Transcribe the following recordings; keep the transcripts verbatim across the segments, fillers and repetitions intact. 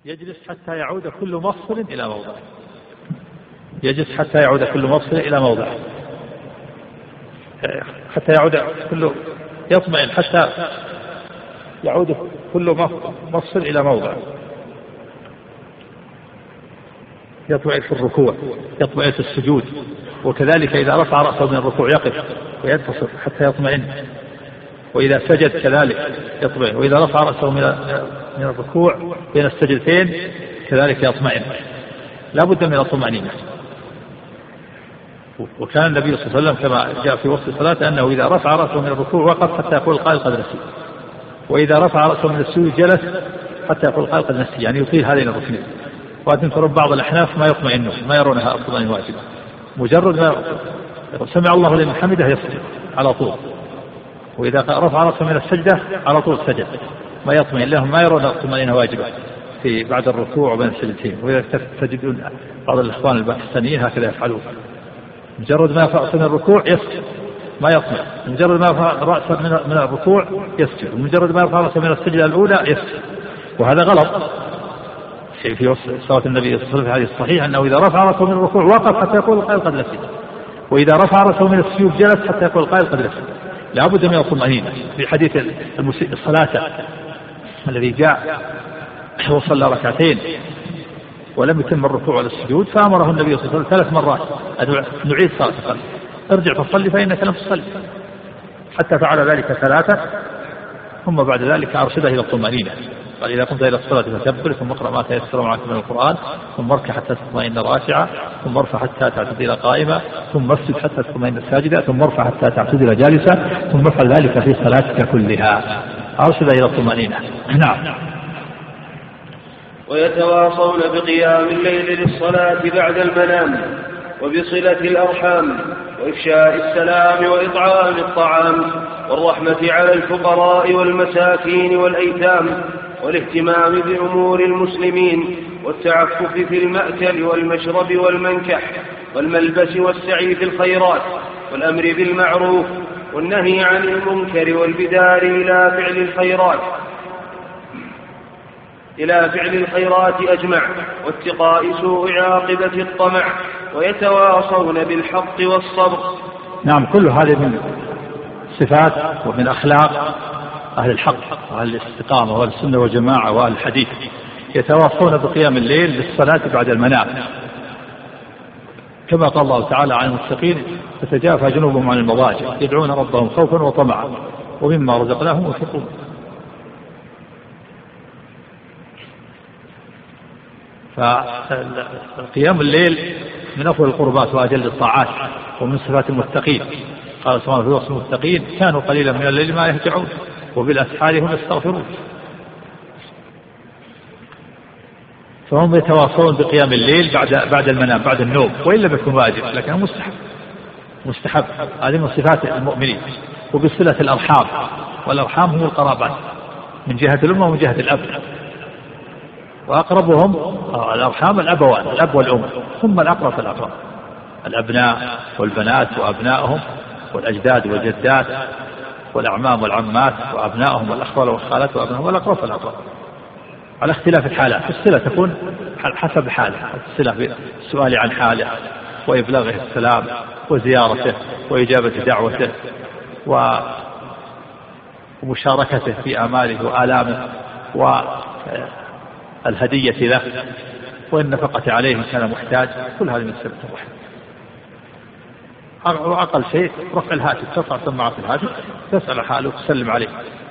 يجلس حتى يعود كل مفصل إلى موضعه، يجلس حتى يعود كل مفصل إلى موضعه، حتى يعود كل يطمئن حتى يعود كل مفصل إلى موضعه، يطمئن في الركوع، يطمئن في السجود، وكذلك إذا رفع رأسه من الركوع يقف وينتصر حتى يطمئن، وإذا سجد كذلك يطمئن، وإذا رفع رأسه من من الركوع بين السجدتين كذلك يطمئن، لا بد من الطمأنينة. وكان النبي صلى الله عليه وسلم كما جاء في وصف الصلاة أنه إذا رفع رأسه من الركوع وقف حتى يقول القائل قد نسي، وإذا رفع رأسه من السجود جلس حتى يقول القائل قد نسي، يعني يطيل هذين الركنين. وأتنكر بعض الأحناف ما يطمئنون، ما يرونها الطمأنينة واجبة، مجرد ما سمع الله لمن حمده يسجد على طول، وإذا رفع رأسه من السجدة على طول سجد، ما يطمئن، لهم ما يرون الطمأنينة واجبة في بعد الركوع وبين السجدتين. وإذا تجدون بعض الإخوان الباكستانيين هكذا يفعلون، مجرد ما يرفع رأسه من الركوع يسجد ما يطمئن، مجرد ما يرفع رأسه من الركوع يسجد، ومجرد ما يرفع رأسه من السجدة الأولى يسجد، وهذا غلط. في صلاة النبي صلى الله عليه وسلم في الحديث الصحيح أنه إذا رفع رأسه من الركوع وقف حتى يقول القائل قد نسي، وإذا رفع رأسه من السجود جلس حتى يقول القائل قد نسي، لا بد من الطمأنينة. في حديث المسيء الصلاة الذي جاء وصلى ركعتين ولم يتم الركوع والسجود، فأمره النبي صلى الله عليه وسلم ثلاث مرات أن نعيد صلاة، ارجع فصلي فإنك لم تصلي، حتى فعل ذلك ثلاثة، ثم بعد ذلك أرشده إلى الطمأنينة. قال إذا قمت إلى الصلاة فكبر، ثم اقرأ ما تيسر معك من القرآن، ثم اركع حتى تطمئن راكعا، ثم ارفع حتى تعتدل قائمة، ثم اسجد حتى تطمئن ساجدا، ثم ارفع حتى تعتدل جالسا، ثم افعل ذلك في صلاتك كلها. أرشد إلى الطمأنينة. نعم. ويتواصون بقيام الليل للصلاة بعد المنام، وبصلة الأرحام، وإفشاء السلام، وإطعام الطعام، والرحمة على الفقراء والمساكين والأيتام، والاهتمام بأمور المسلمين، والتعفف في المأكل والمشرب والمنكح والملبس، والسعي في الخيرات، والأمر بالمعروف، والنهي عن المنكر، والبدار إلى فعل الخيرات إلى فعل الخيرات أجمع، واتقاء سوء عاقبة الطمع، ويتواصون بالحق والصبر. نعم، كل هذه من صفات ومن أخلاق أهل الحق وأهل الاستقامة وأهل السنة والجماعة وأهل الحديث. يتواصون بقيام الليل للصلاة بعد المنام، كما قال الله تعالى عن المتقين: تتجافى جنوبهم عن المضاجع يدعون ربهم خوفا وطمعا ومما رزقناهم ينفقون. فقيام الليل من أفضل القربات وأجل الطاعات ومن صفات المتقين. قال سبحانه في وصف المتقين: كانوا قليلا من الليل ما يهجعون وبالأسحار هم يستغفرون. فهم يتواصون بقيام الليل بعد بعد المنام، بعد النوم، وإن لم يكن واجب لكنه مستحب مستحب هذه من صفات المؤمنين. وبصلة الأرحام، والأرحام هم القرابات من جهة الأم ومن جهة الأب، وأقربهم الأرحام الأبوان، الأب والأم، ثم الأقرب فالأقرب، الأبناء والبنات وأبنائهم، والأجداد والجدات، والأعمام والعمات وأبنائهم، والأخوال والخالات وأبنائهم، والأقرب فالأقرب، على اختلاف الحالات. الصلة تكون حسب حاله، الصلة بالسؤال عن حاله وإبلاغه السلام وزيارته وإجابة دعوته ومشاركته في أعماله وآلامه والهدية له والنفقة عليه إن كان محتاج. كل هذه من صلة الرحم. وأقل شيء رفع الهاتف، ترفع سماعة الهاتف تسأل حاله وتسلم عليه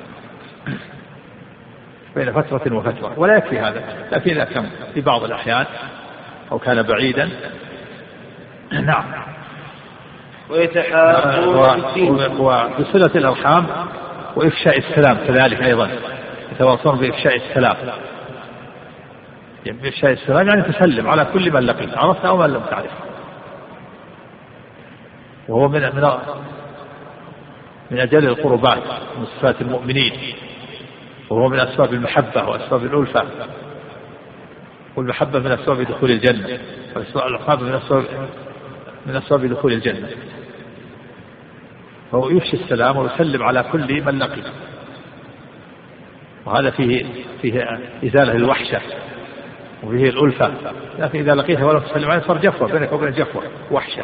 بين فترة وفترة، ولا يكفي هذا، لكن إذا كان في بعض الأحيان أو كان بعيدا. نعم. وبصلة الأرحام وإفشاء السلام كذلك أيضا، يتواصون بإفشاء السلام. يعني بإفشاء السلام يعني تسلم على كل من لقيت، عرفت أو من لم تعرف، وهو من من من أجل القربات من صفات المؤمنين، وهو من أسباب المحبة وأسباب الألفة، والمحبة من أسباب دخول الجنة، والألفة من أسباب من أسباب دخول الجنة. فهو يفشي السلام ويسلم على كل من لقي، وهذا فيه فيه إزالة الوحشة وفيه الألفة، لكن إذا لقيتها ولم تسلم عليه صار جفوة بينك وبين جفوة وحشة.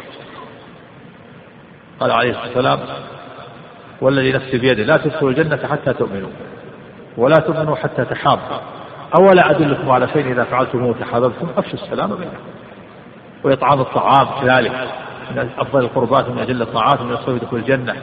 قال عليه الصلاة والسلام والذي نفسي بيده لا تدخلوا الجنة حتى تؤمنوا ولا تؤمنوا حتى تحابوا أولا أدلكم على شيء إذا فعلتموه تحاببتم أفشوا السلام بينكم. وإطعام الطعام كذلك من أفضل القربات من أجل الطاعات من يصيب دخول الجنة.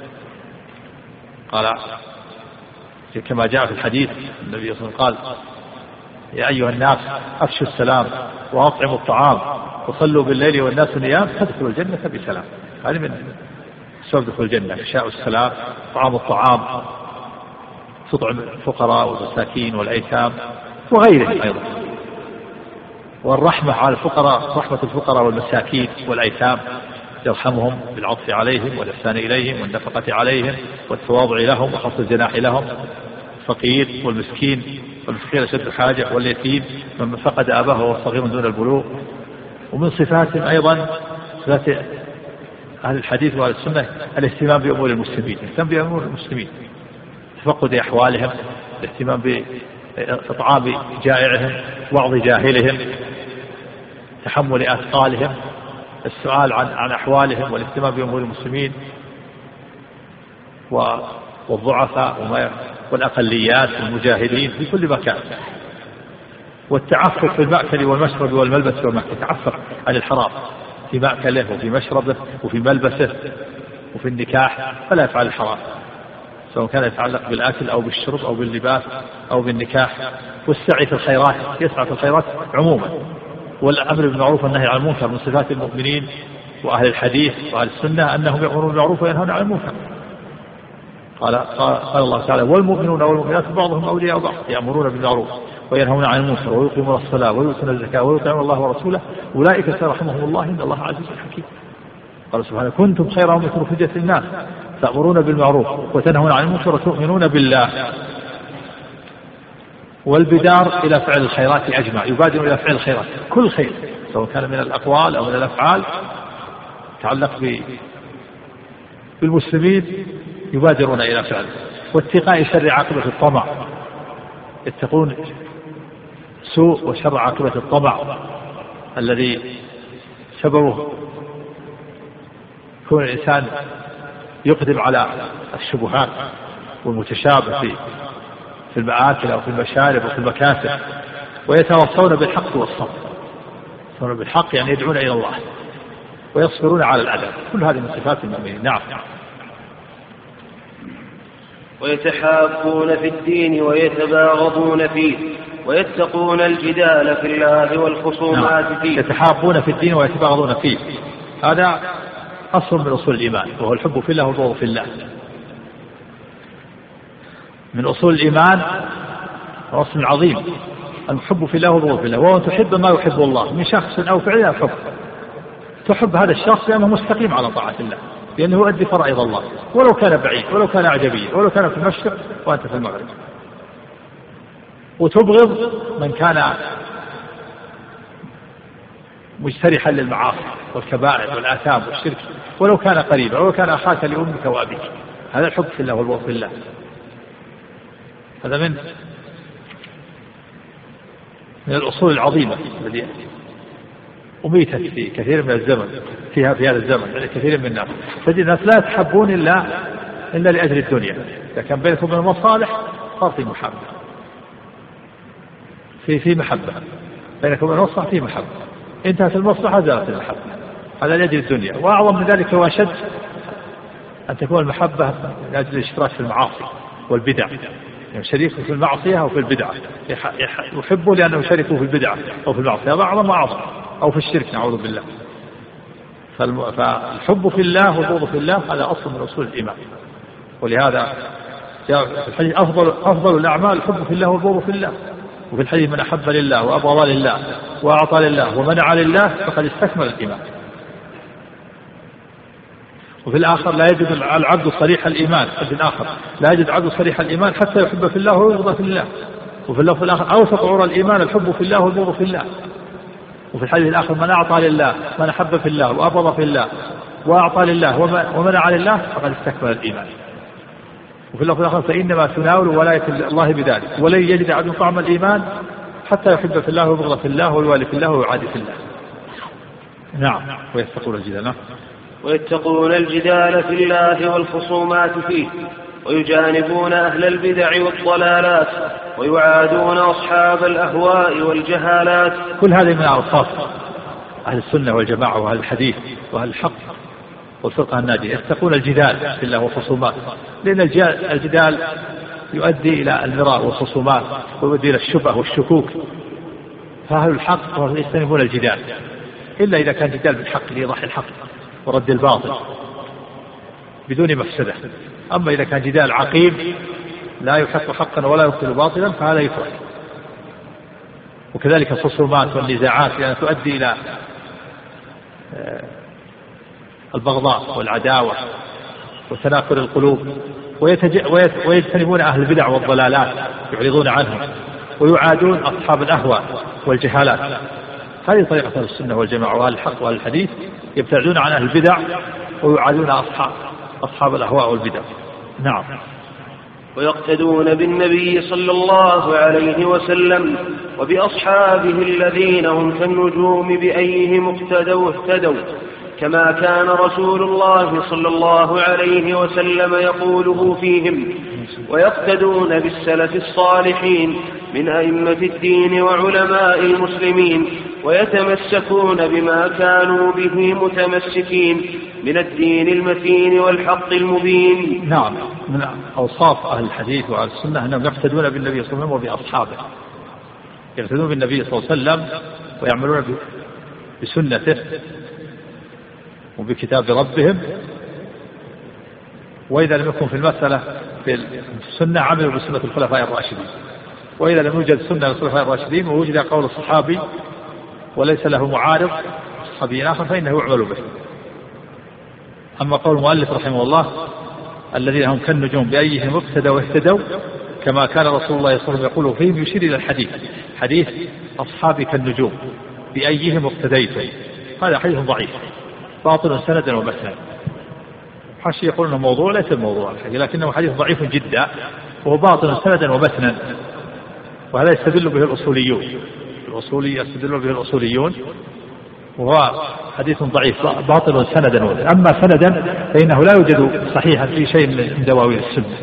قال كما جاء في الحديث النبي صلى الله عليه وسلم قال يا أيها الناس أفشوا السلام وأطعموا الطعام وصلوا بالليل والناس نيام تدخلوا الجنة بسلام. هذه من سبب دخول الجنة إفشاء السلام، طعام الطعام، تطعم الفقراء والمساكين والأيتام وغيرهم أيضا، والرحمة على الفقراء، رحمة الفقراء والمساكين والأيتام يرحمهم بالعطف عليهم والإحسان إليهم والنفقة عليهم والتواضع لهم وخفض الجناح لهم. الفقير والمسكين والمسكين أشد حاجة واليتيم من فقد أباه وهو صغير دون البلوغ. ومن صفاتهم أيضا صفات أهل الحديث وأهل السنة الاهتمام بأمور المسلمين، الاهتمام بأمور المسلمين، تفقد أحوالهم، الاهتمام بإطعام جائعهم، وعظ جاهلهم، تحمل أثقالهم، السؤال عن عن أحوالهم والاهتمام بأمور المسلمين والضعفاء والأقليات والمجاهدين في كل مكان. والتعفف في المأكل والمشرب والملبس والمكان، يتعفف عن الحرام في مأكله وفي مشربه وفي ملبسه وفي النكاح، فلا يفعل الحرام سواء كان يتعلق بالأكل أو بالشرب أو باللباس أو بالنكاح. والسعي في الخيرات، يسعى في الخيرات عموما. والأمر بالمعروف والنهي عن المنكر من صفات المؤمنين وأهل الحديث وأهل السنة أنهم يأمرون بالمعروف وينهون عن المنكر. قال, قال الله تعالى والمؤمنون والمؤمنات بعضهم أولياء بعض يأمرون بالمعروف وينهون عن المنكر ويقيمون الصلاة ويؤتون الزكاة ويطيعون الله ورسوله أولئك سيرحمهم الله إن الله عزيز حكيم. قال سبحانه كنتم خير أمة أخرجت للناس تأمرون بالمعروف وتنهون عن المنكر وتؤمنون بالله. والبدار إلى فعل الخيرات أجمع، يبادر إلى فعل الخيرات كل خير سواء كان من الأقوال أو من الأفعال يتعلق بالمسلمين يبادرون إلى فعله. واتقاء شر عاقبة الطمع، يتقون سوء وشر عاقبة الطمع الذي سببه يكون الإنسان يقدم على الشبهات والمتشابه في في المآكل أو في المشارب أو في المكاسب. ويتواصون بالحق والصبر، يتواصون بالحق يعني يدعون إلى الله ويصبرون على العذاب. كل هذه من صفات المؤمنين. نعم. ويتحابون في الدين ويتباغضون فيه ويتقون الجدال في الله والخصومات نعم. فيه. يتحابون في الدين ويتباغضون فيه، هذا أصل من أصول الإيمان وهو الحب في الله والبغض في الله. من أصول الإيمان أصل عظيم الحب في الله والبغض في الله، وهو تحب ما يحب الله من شخص أو فعل أو حب. تحب هذا الشخص لأنه مستقيم على طاعة الله، لأنه يؤدي فرائض الله ولو كان بعيد ولو كان أعجبيا ولو كان في المشرق وأنت في المغرب. وتبغض من كان مجترحا للمعاصي والكبائر والآثام والشرك ولو كان قريبا ولو كان أخاك لأمك وأبيك. هذا الحب في الله والبغض في الله. هذا من من الأصول العظيمة التي أميتت في كثير من الزمن فيها في هذا الزمن يعني كثير من الناس تجد الناس لا يتحبون إلا إلا لأجل الدنيا. إذا كان بينكم من المصالح صار في محبة في في محبة بينكم من المصلحة في محبة، انتهت المصلحة زالت المحبة. هذا لأجل الدنيا. وأعظم من ذلك وأشد أن تكون المحبة لأجل الاشتراك في المعاصي والبدع، يعني شريكه في المعصية أو في البدعة، يحبه لأنه شريكه في البدعة أو في المعصية، هذا أعظم وأعظم، أو في الشرك نعوذ بالله. فالحب في الله والبغض في الله هذا أصل من أصول الإيمان. ولهذا جاء في الحديث أفضل أفضل الأعمال الحب في الله والبغض في الله. وفي الحديث من أحب لله وأبغض لله وأعطى لله ومنع لله فقد استكمل الإيمان. وفي الآخر لا يجد العبد صريح الإيمان، في الآخر لا يجد العبد صريح الإيمان حتى يحب في الله ويبغض في الله. وفي اللفظ الآخر أوثق عرى الإيمان الحب في الله والبغض في الله. وفي الحديث الآخر من أعطى لله من أحب في الله وأبغض في الله وأعطى لله ومنع لله فقد استكمل الإيمان. وفي اللفظ الآخر فإنما تناول ولاية الله بذلك ولن يجد عبد طعم الإيمان حتى يحب في الله ويبغض في الله ويوالي في الله ويعادي في الله. نعم. ويتقون الجدال ويتقون الجدال في الله والخصومات فيه، ويجانبون أهل البدع والضلالات، ويعادون أصحاب الأهواء والجهالات. كل هذه من أوصاف أهل السنة والجماعة وأهل الحديث وأهل الحق والفرقة الناجية. يتقون الجدال في الله والخصومات، لأن الجدال يؤدي إلى المراء والخصومات ويؤدي إلى الشبه والشكوك، فأهل الحق يجتنبون الجدال إلا إذا كان جدال بالحق لإيضاح الحق ورد الباطل بدون مفسدة. أما إذا كان جدال عقيم لا يحق حقا ولا يبطل باطلا فهذا يكره. وكذلك الخصومات والنزاعات لأنها تؤدي إلى البغضاء والعداوة وتناكر القلوب، ويجتنبون أهل البدع والضلالات يعرضون عنهم، ويعادون أصحاب الأهواء والجهالات. هذه طريقة أهل السنة والجماعة وأهل الحق وأهل الحديث، يبتعدون عن أهل البدع ويعادون أصحاب أصحاب الأهواء والبدع. نعم. ويقتدون بالنبي صلى الله عليه وسلم وبأصحابه الذين هم كالنجوم بأيهم اقتدوا اهتدوا، كما كان رسول الله صلى الله عليه وسلم يقوله فيهم. ويقتدون بالسلف الصالحين من أئمة الدين وعلماء المسلمين، ويتمسكون بما كانوا به متمسكين من الدين المتين والحق المبين. نعم. من أوصاف أهل الحديث وأهل السنة أنهم يقتدون بالنبي صلى الله عليه وسلم وبأصحابه، يقتدون بالنبي صلى الله عليه وسلم ويعملون بسنته وبكتاب ربهم، وإذا لم يكن في المسألة في السنة عملوا بسنة الخلفاء الراشدين، وإذا لم يوجد سنة للخلفاء الراشدين ووجد قول الصحابي وليس له معارض صحابي آخر فإنه يعمل به. أما قول المؤلف رحمه الله الذين هم كالنجوم بأيهم اقتدوا واهتدوا، كما كان رسول الله صلى الله عليه وسلم يقول فيهم، يشير إلى الحديث حديث أصحابي كالنجوم بأيهم اقتديتم. هذا حديث ضعيف باطل سندا ومتنا. حاشي يقول انه موضوع، ليس الموضوع لكنه حديث ضعيف جدا وهو باطل سندا ومتنا، وهذا يستدل به الأصوليون الأصولي يستدل به الأصوليون وهو حديث ضعيف باطل سندا ومتنا. أما سندا فإنه لا يوجد صحيحا في شيء من دواوين السنة،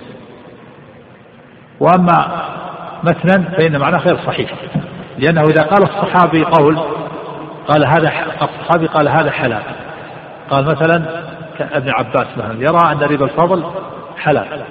وأما متنا فإن معناه غير صحيح، لأنه إذا قال الصحابي قول قال هذا الصحابي قال هذا حلال، قال مثلا ابن عباس مثلا يرى أن ربا الفضل حلال،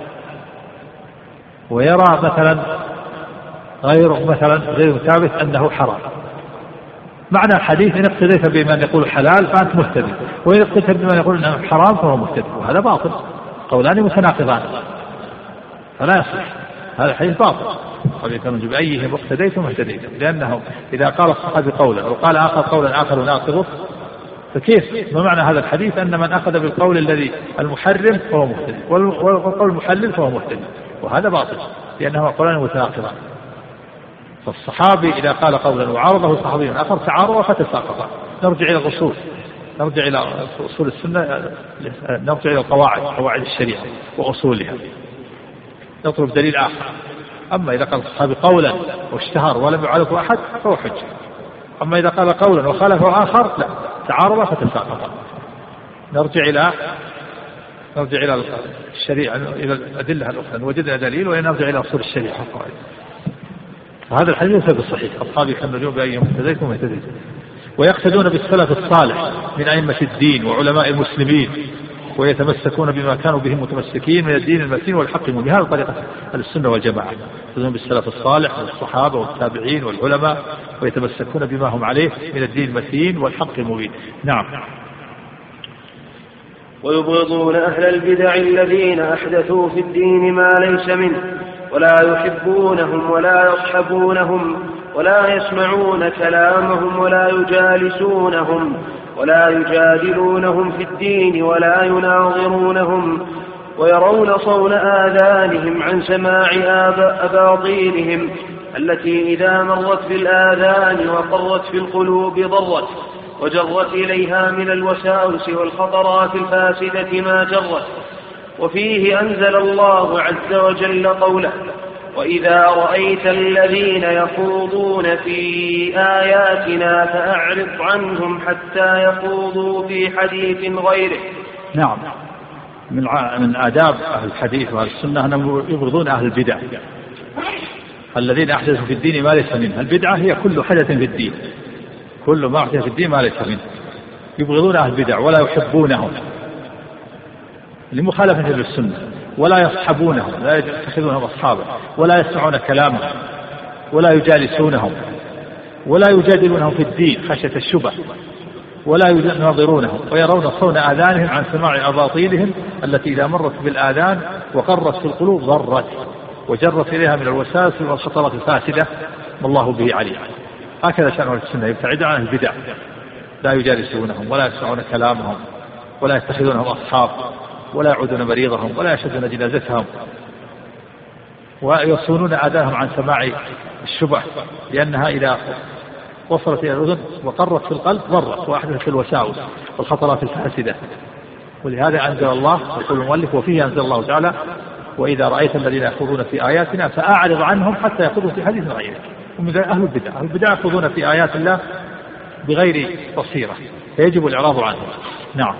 ويرى مثلا غير مثلا غير ثابت أنه حرام. معنى الحديث إن اقتديت بمن يقول حلال فأنت مهتدي، وإن اقتديت بمن يقول أنه حرام فهو مهتدي، وهذا باطل، قولان متناقضان فلا يصح. هذا الحديث باطل. بأيهم اقتديتم اهتديتم، لأنه إذا قال الصحابي قولا وقال آخر قولا آخر ناقضه فكيف؟ ما معنى هذا الحديث؟ أن من أخذ بالقول الذي المحرم فهو مهتدي، والقول المحلل فهو مهتدي، وهذا باطل لأنه قولان متناقضان. فالصحابي إذا قال قولا وعارضه صحابي آخر تعارض فتساقط. نرجع إلى الأصول، نرجع إلى أصول السنة، نرجع إلى القواعد، قواعد الشريعة وأصولها، نطلب دليل آخر. أما إذا قال الصحابي قولا واشتهر ولم يعارضه أحد فهو حجة. أما إذا قال قولا وخالفه آخر لا، تعارض فتساقط. نرجع إلى نرجع إلى الشريعة، إلى الأدلة الأخرى، وجدنا دليل ونرجع إلى أصول الشريعة القواعد. فهذا الحديث ليس بالصحيح. أصحابي كالنجوم بأيهم اهتديتم اهتديتم. ويقتدون بالسلف الصالح من أئمة الدين وعلماء المسلمين، ويتمسكون بما كانوا به متمسكين من الدين المتين والحق المبين. هذه طريقة السنة والجماعة، يقتدون بالسلف الصالح والصحابة والتابعين والعلماء، ويتمسكون بما هم عليه من الدين المتين والحق المبين. نعم. ويبغضون أهل البدع الذين أحدثوا في الدين ما ليس منه، ولا يحبونهم ولا يصحبونهم ولا يسمعون كلامهم ولا يجالسونهم ولا يجادلونهم في الدين ولا يناظرونهم، ويرون صون آذانهم عن سماع أباطيلهم التي إذا مرت في الآذان وقرت في القلوب ضرت، وجرت إليها من الوساوس والخطرات الفاسدة ما جرت. وفيه أنزل الله عز وجل قوله: وإذا رأيت الذين يخوضون في آياتنا فأعرض عنهم حتى يخوضوا في حديث غيره. نعم، من من آداب أهل الحديث وأهل السنة أنهم يبغضون أهل البدع الذين أحدثوا في الدين ما ليس منه. البدعة هي كل حدث في الدين، كل ما أحدث في الدين ما ليس منه. يبغضون أهل البدع ولا يحبونهم لمخالفة للسنة، ولا يصحبونهم، لا يتخذونهم أصحابا، ولا يسمعون كلامهم، ولا يجالسونهم، ولا يجادلونهم في الدين خشية الشبه، ولا يناظرونهم، ويرون صون آذانهم عن سماع أباطيلهم التي إذا مرت بالآذان وقرت في القلوب ضرت وجرت إليها من الوساوس والخطرات الفاسدة ما الله به عليم. هكذا شأن أهل السنة، يبتعدون عن البدع، لا يجالسونهم ولا يسمعون كلامهم ولا يتخذونهم أصحاب ولا يعودون مريضهم ولا يشهدون جنازتهم، ويصونون آذانهم عن سماع الشبه لأنها إذا وصلت إلى الأذن وقرت في القلب ضرت وأحدثت الوساوس والخطرات الفاسدة. ولهذا أنزل الله يقول المؤلف وفيه أنزل الله تعالى وإذا رأيت الذين يخوضون في آياتنا فأعرض عنهم حتى يخوضوا في حديث غيره. ومن أهل البدع أهل البدع يخوضون في آيات الله بغير بصيرة فيجب الإعراض عنهم. نعم.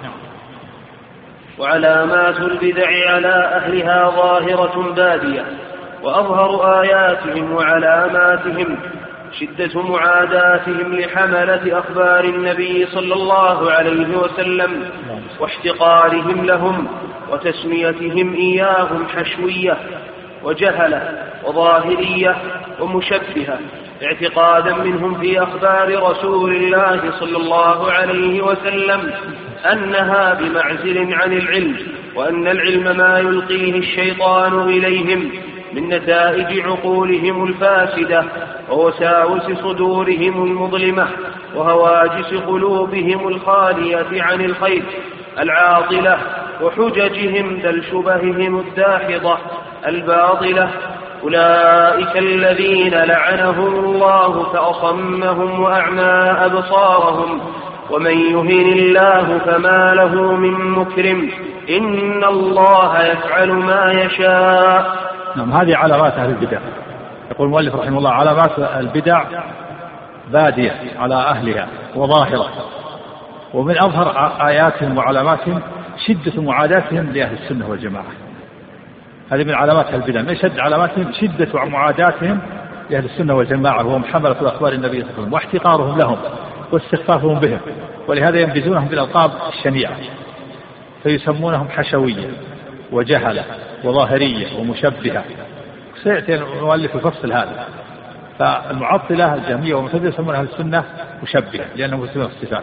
وعلامات البدع على أهلها ظاهرة بادية، وأظهر آياتهم وعلاماتهم شدة معاداتهم لحملة أخبار النبي صلى الله عليه وسلم واحتقارهم لهم وتسميتهم إياهم حشوية وجهلة وظاهرية ومشبهة، اعتقادا منهم في أخبار رسول الله صلى الله عليه وسلم أنها بمعزل عن العلم، وأن العلم ما يلقيه الشيطان إليهم من نتائج عقولهم الفاسدة ووساوس صدورهم المظلمة وهواجس قلوبهم الخالية عن الخير العاطلة وحججهم ذل شبههم الداحضة الباطلة. أولئك الذين لعنهم الله فأصمهم وأعمى أبصارهم، ومن يهن الله فما له من مكرم، إن الله يفعل ما يشاء. نعم، هذه علامات أهل البدع. يقول المؤلف رحمه الله علامات البدع بادية على أهلها وظاهرة، ومن أظهر آياتهم وعلاماتهم شدة معاداتهم لأهل السنة والجماعة. هذه من علامات أهل البدع، من شد علاماتهم شدة معاداتهم لأهل السنة والجماعة، وهم حملة أخبار النبي صلى الله عليه وسلم واحتقارهم لهم واستخفافهم بهم، ولهذا ينبذونهم بالألقاب الشنيعة فيسمونهم حشوية وجهلة وظاهرية ومشبهة. سيأتي المؤلف يفصل هذا. فالمعطلة الجهمية والمعتزلة يسمون أهل السنة مشبهة لأنهم يسمون الصفات،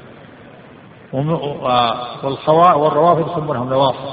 والروافض يسمونهم نواصب،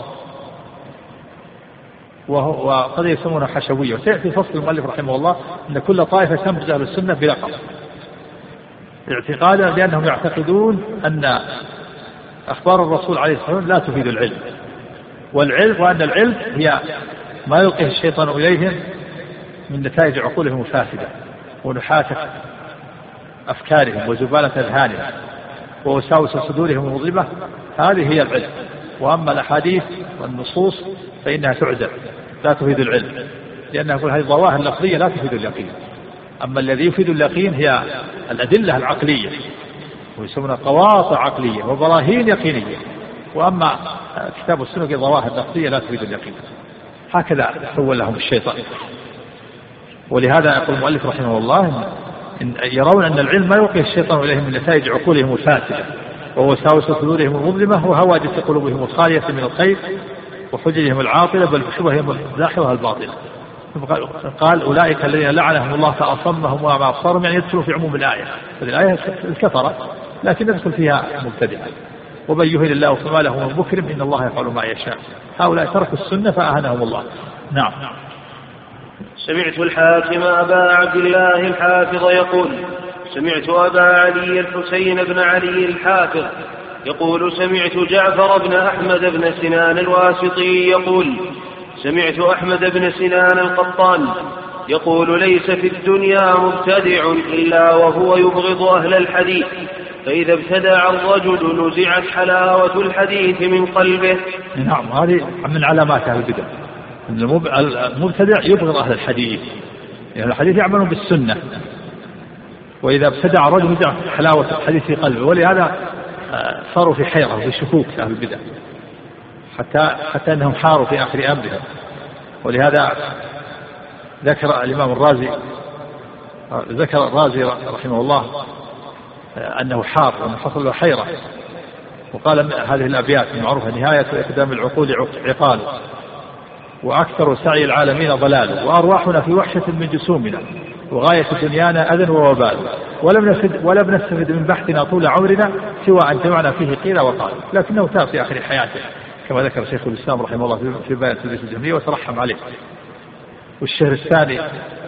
وقد يسمونها حشوية. وسيأتي فصل المؤلف رحمه الله أن كل طائفة تمرج أهل السنة بلقب اعتقادا لأنهم يعتقدون أن أخبار الرسول عليه الصلاة والسلام لا تفيد العلم، والعلم وأن العلم هي ما يلقيه الشيطان إليهم من نتائج عقولهم الفاسدة ونحاتة أفكارهم وزبالة أذهانهم ووساوس صدورهم المظلمة. هذه هي العلم. وأما الأحاديث والنصوص فإنها تعزل لا تفيد العلم، لأنها هذه الظواهر اللفظية لا تفيد اليقين. أما الذي يفيد اليقين هي الأدلة العقلية، ويسمونها قواطع عقلية وبراهين يقينية. وأما كتاب السنة ظواهر لفظية لا تفيد اليقين. هكذا سول لهم الشيطان. ولهذا يقول المؤلف رحمه الله إن يرون أن العلم ما يلقيه الشيطان إليهم من نتائج عقولهم الفاسدة ووساوس صدورهم المظلمة وهواجس قلوبهم الخالية من الخير وحججهم العاطلة بل شبههم الداخلة الباطلة. قال أولئك الذين لعنهم الله فأصمهم وما أبصارهم، يعني يدخلوا في عموم الآية. هذه الآية الكفرة لكن يدخل فيها مبتدعة. ومن يهن الله فما له من مكرم، إن الله يفعل ما يشاء. هؤلاء تركوا السنة فأهانهم الله. نعم. سمعت الحاكم أبا عبد الله الحافظ يقول سمعت أبا علي الحسين بن علي الحافظ يقول سمعت جعفر بن أحمد بن سنان الواسطي يقول سمعت أحمد بن سنان القطان يقول ليس في الدنيا مبتدع إلا وهو يبغض أهل الحديث، فإذا ابتدع الرجل نزعت حلاوة الحديث من قلبه. نعم، هذه من علامات أهل البدع المبتدع يبغض أهل الحديث، يعني الحديث يعملون بالسنة، وإذا ابتدع رجل بدع حلاوة الحديث في قلبه، ولهذا صاروا في حيرة وفي شكوك أهل البدع، حتى حتى أنهم حاروا في آخر أمرهم. ولهذا ذكر الإمام الرازي ذكر الرازي رحمه الله أنه حار وأنه حصل له حيرة، وقال هذه الأبيات المعروفة: نهاية إقدام العقول عقال، وأكثر سعي العالمين ضلال، وأرواحنا في وحشة من جسومنا، وغاية دنيانا أذى ووبال، ولم نستفد ولم نستفد من بحثنا طول عمرنا سوى أن جمعنا فيه قيل وقال. لكنه تاب في آخر حياته كما ذكر شيخ الإسلام رحمه الله في بيان تلبيس الجهمية وترحم عليه. والشهر الثاني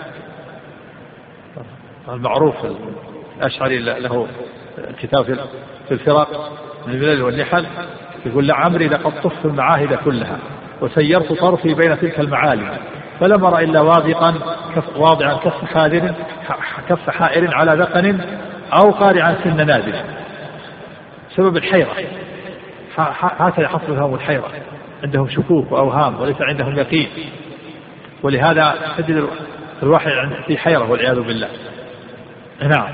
المعروف الأشعري له كتاب في الفرق من الملل والنحل، يقول: لعمري لقد طفت المعاهد كلها وسيرت طرفي بين تلك المعالم، فلم أرى إلا واضقا كف واضعا كف حاذر كف حائر على ذقن أو قارعا سن نادر. سبب الحيرة، هكذا حصل لهم الحيرة، عندهم شكوك وأوهام وليس عندهم يقين، ولهذا تجد الواحد في حيرة والعياذ بالله. نعم.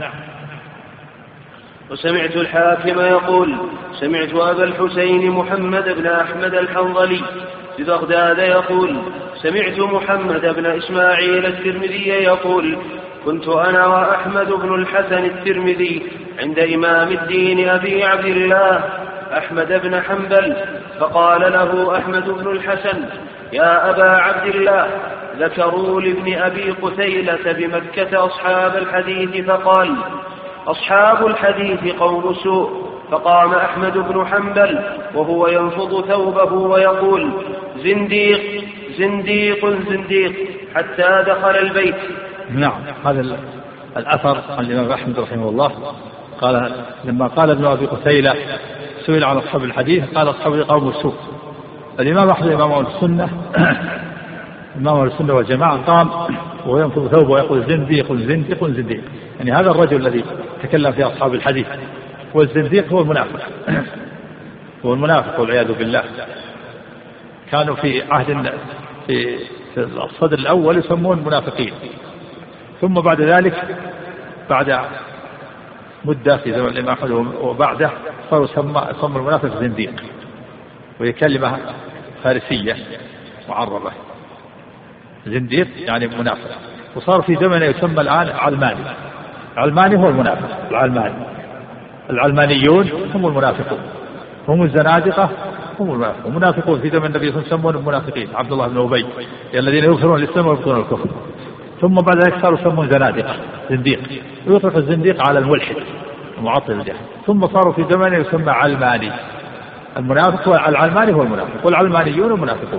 وسمعت الحاكم يقول: سمعت أبا الحسين محمد بن أحمد الحنظلي ببغداد يقول: سمعت محمد بن إسماعيل الترمذي يقول: كنت أنا وأحمد بن الحسن الترمذي عند إمام الدين أبي عبد الله أحمد بن حنبل، فقال له أحمد بن الحسن: يا أبا عبد الله، ذكروا لابن أبي قتيلة بمكة أصحاب الحديث، فقال: أصحاب الحديث قوم سوء. فقام أحمد بن حنبل وهو ينفض ثوبه ويقول: زنديق زنديق زنديق، حتى دخل البيت. نعم. هذا الأثر عن الإمام أحمد رحمه الله قال: لما قال ابن أبي قتيلة سئل عن أصحاب الحديث قال: أصحاب قوم سوء. الإمام أحمد إمام السنة إمام السنة والجماعة قام وينفض ثوبه ويقول: زنديق زنديق زنديق، يعني هذا الرجل الذي تكلم في أصحاب الحديث. والزنديق هو المنافق هو المنافق والعياذ بالله. كانوا في عهد في الصدر الأول يسمون المنافقين، ثم بعد ذلك بعد مدة في زمن الإمام أحمد وبعده صاروا يسمى المنافق زنديق، وهي كلمة فارسية معربة. زنديق يعني منافق. وصار في زمن يسمى الآن علماني. علماني هو المنافق. العلماني العلمانيون هم المنافقون، هم الزنادقة هم المنافقون. المنافقون في زمن النبي صلى الله عليه وسلم يسمون المنافقين عبد الله بن أبي الذين يظهرون الإسلام ويبطنون الكفر، ثم بعد ذلك صاروا يسمون زنادقة زنديق، ويطلق الزنديق على الملحد المعطل الجهل. ثم صاروا في زمن يسمى علماني. المنافق والعلماني هو المنافق، والعلمانيون المنافقون.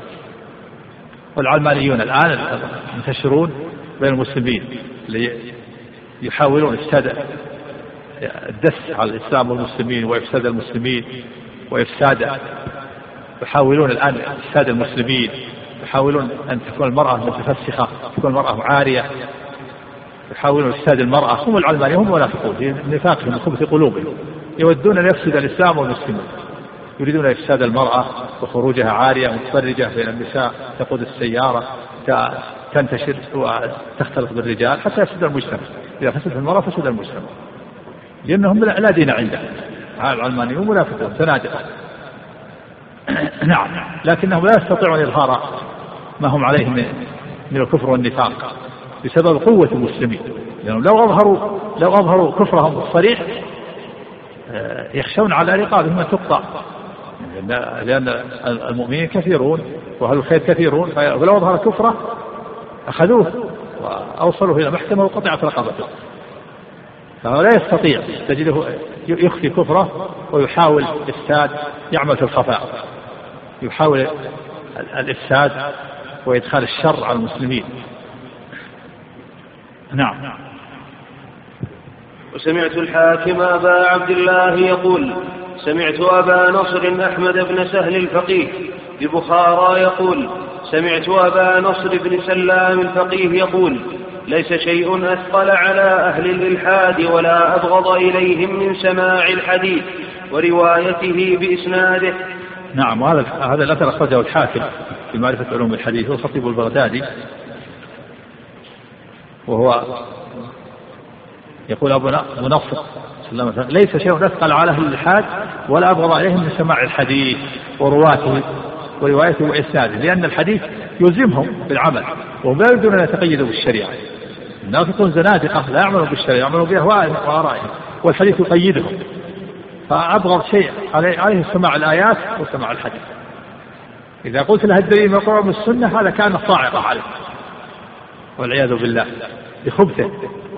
والعلمانيون الآن منتشرون بين المسلمين يحاولون إفساد الدس على الإسلام والمسلمين وإفساد المسلمين وإفساد يحاولون الآن إفساد المسلمين، يحاولون أن تكون المرأة متفسخة، تكون المرأة عارية، يحاولون إفساد المرأة. هم العلمانيون هم منافقون في نفاقهم وخبث قلوبهم، يودون أن يفسد الإسلام والمسلمين، يريدون إفساد المرأة وخروجها عارية متفرجة بين النساء، تقود السيارة، تنتشر وتختلط بالرجال حتى يفسد المجتمع. إذا فسد المرأة فسد المجتمع، لأنهم لا دين عندهم. هؤلاء العلمانيون منافقون زنادقة. نعم. لكنهم لا يستطيعون إظهار ما هم عليه من الكفر والنفاق بسبب قوة المسلمين، لأنهم لو أظهروا لو أظهروا كفرهم الصريح يخشون على رقابهم أن تقطع، لأن المؤمنين كثيرون وأهل الخير كثيرون، فلو أظهر كفره أخذوه وأوصلوه إلى محكمة وقطعت رقبته. فهو لا يستطيع، تجده يخفي كفره ويحاول إفساد، يعمل في الخفاء، يحاول الإفساد وإدخال الشر على المسلمين. نعم. وسمعت الحاكم أبا عبد الله يقول: سمعت أبا نصر أحمد بن سهل الفقيه ببخارى يقول: سمعت أبا نصر بن سلام الفقيه يقول: ليس شيء أثقل على أهل الإلحاد ولا أبغض إليهم من سماع الحديث وروايته بإسناده. نعم. وهذا هذا الأثر أخرجه الحاكم في معرفة علوم الحديث والخطيب البغدادي، وهو يقول أبو منصر ليس شيء أثقل على أهل الإلحاد ولا أبغض عليهم من سماع الحديث ورواته وروايته وإسناده، لأن الحديث يلزمهم بالعمل وهم لا يريدون أن يتقيدوا بالشريعة. النافقون زنادقة لا يعملون بالشريعة، يعملون بأهوائهم وآرائهم، والحديث يقيدهم. فأبغض شيء عليه سماع الآيات وسماع الحديث. إذا قلت له الدليل من القرآن والسنة هذا كان صاعقة عليه والعياذ بالله بخبثه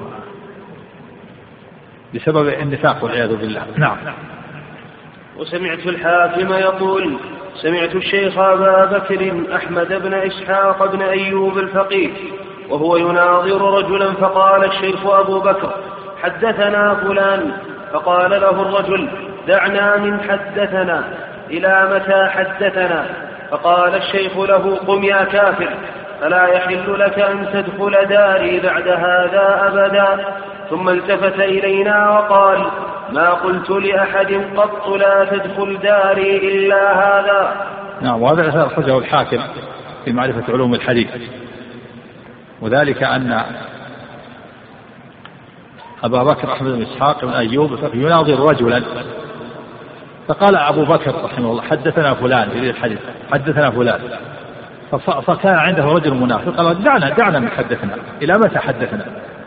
بسبب النفاق والعياذ بالله. نعم. وسمعت الحاكم يقول سمعت الشيخ أبا بكر أحمد بن إسحاق بن أيوب الفقيه وهو يناظر رجلا، فقال الشيخ أبو بكر حدثنا فلان، فقال له الرجل دعنا من حدثنا، إلى متى حدثنا؟ فقال الشيخ له قم يا كافر، فلا يحل لك أن تدخل داري بعد هذا أبدا. ثم التفت إلينا وقال ما قلت لأحد قط لا تدخل داري إلا هذا. نعم. وهذا أخرجه الحاكم في معرفة علوم الحديث، وذلك أن أبا بكر أحمد بن إسحاق بن أيوب يناظر رجلا، فقال أبو بكر رحمه الله حدثنا فلان في الحديث حدثنا فلان، فكان عنده رجل منافق قال دعنا دعنا من حدثنا، إلى متى حدثنا؟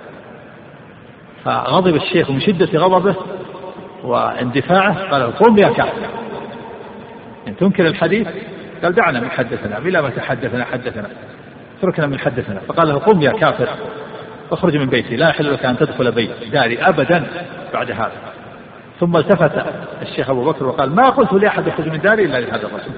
فغضب الشيخ من شدة غضبه واندفاعه قال قم يا كافر، إن تنكر الحديث قال دعنا من حدثنا، إلى متى حدثنا حدثنا اتركنا من حدثنا. فقال له قم يا كافر اخرج من بيتي، لا يحل لك أن تدخل بيت داري أبدا بعد هذا. ثم التفت الشيخ أبو بكر وقال ما قلت لأحد يخرج من داري إلا لهذا الرجل،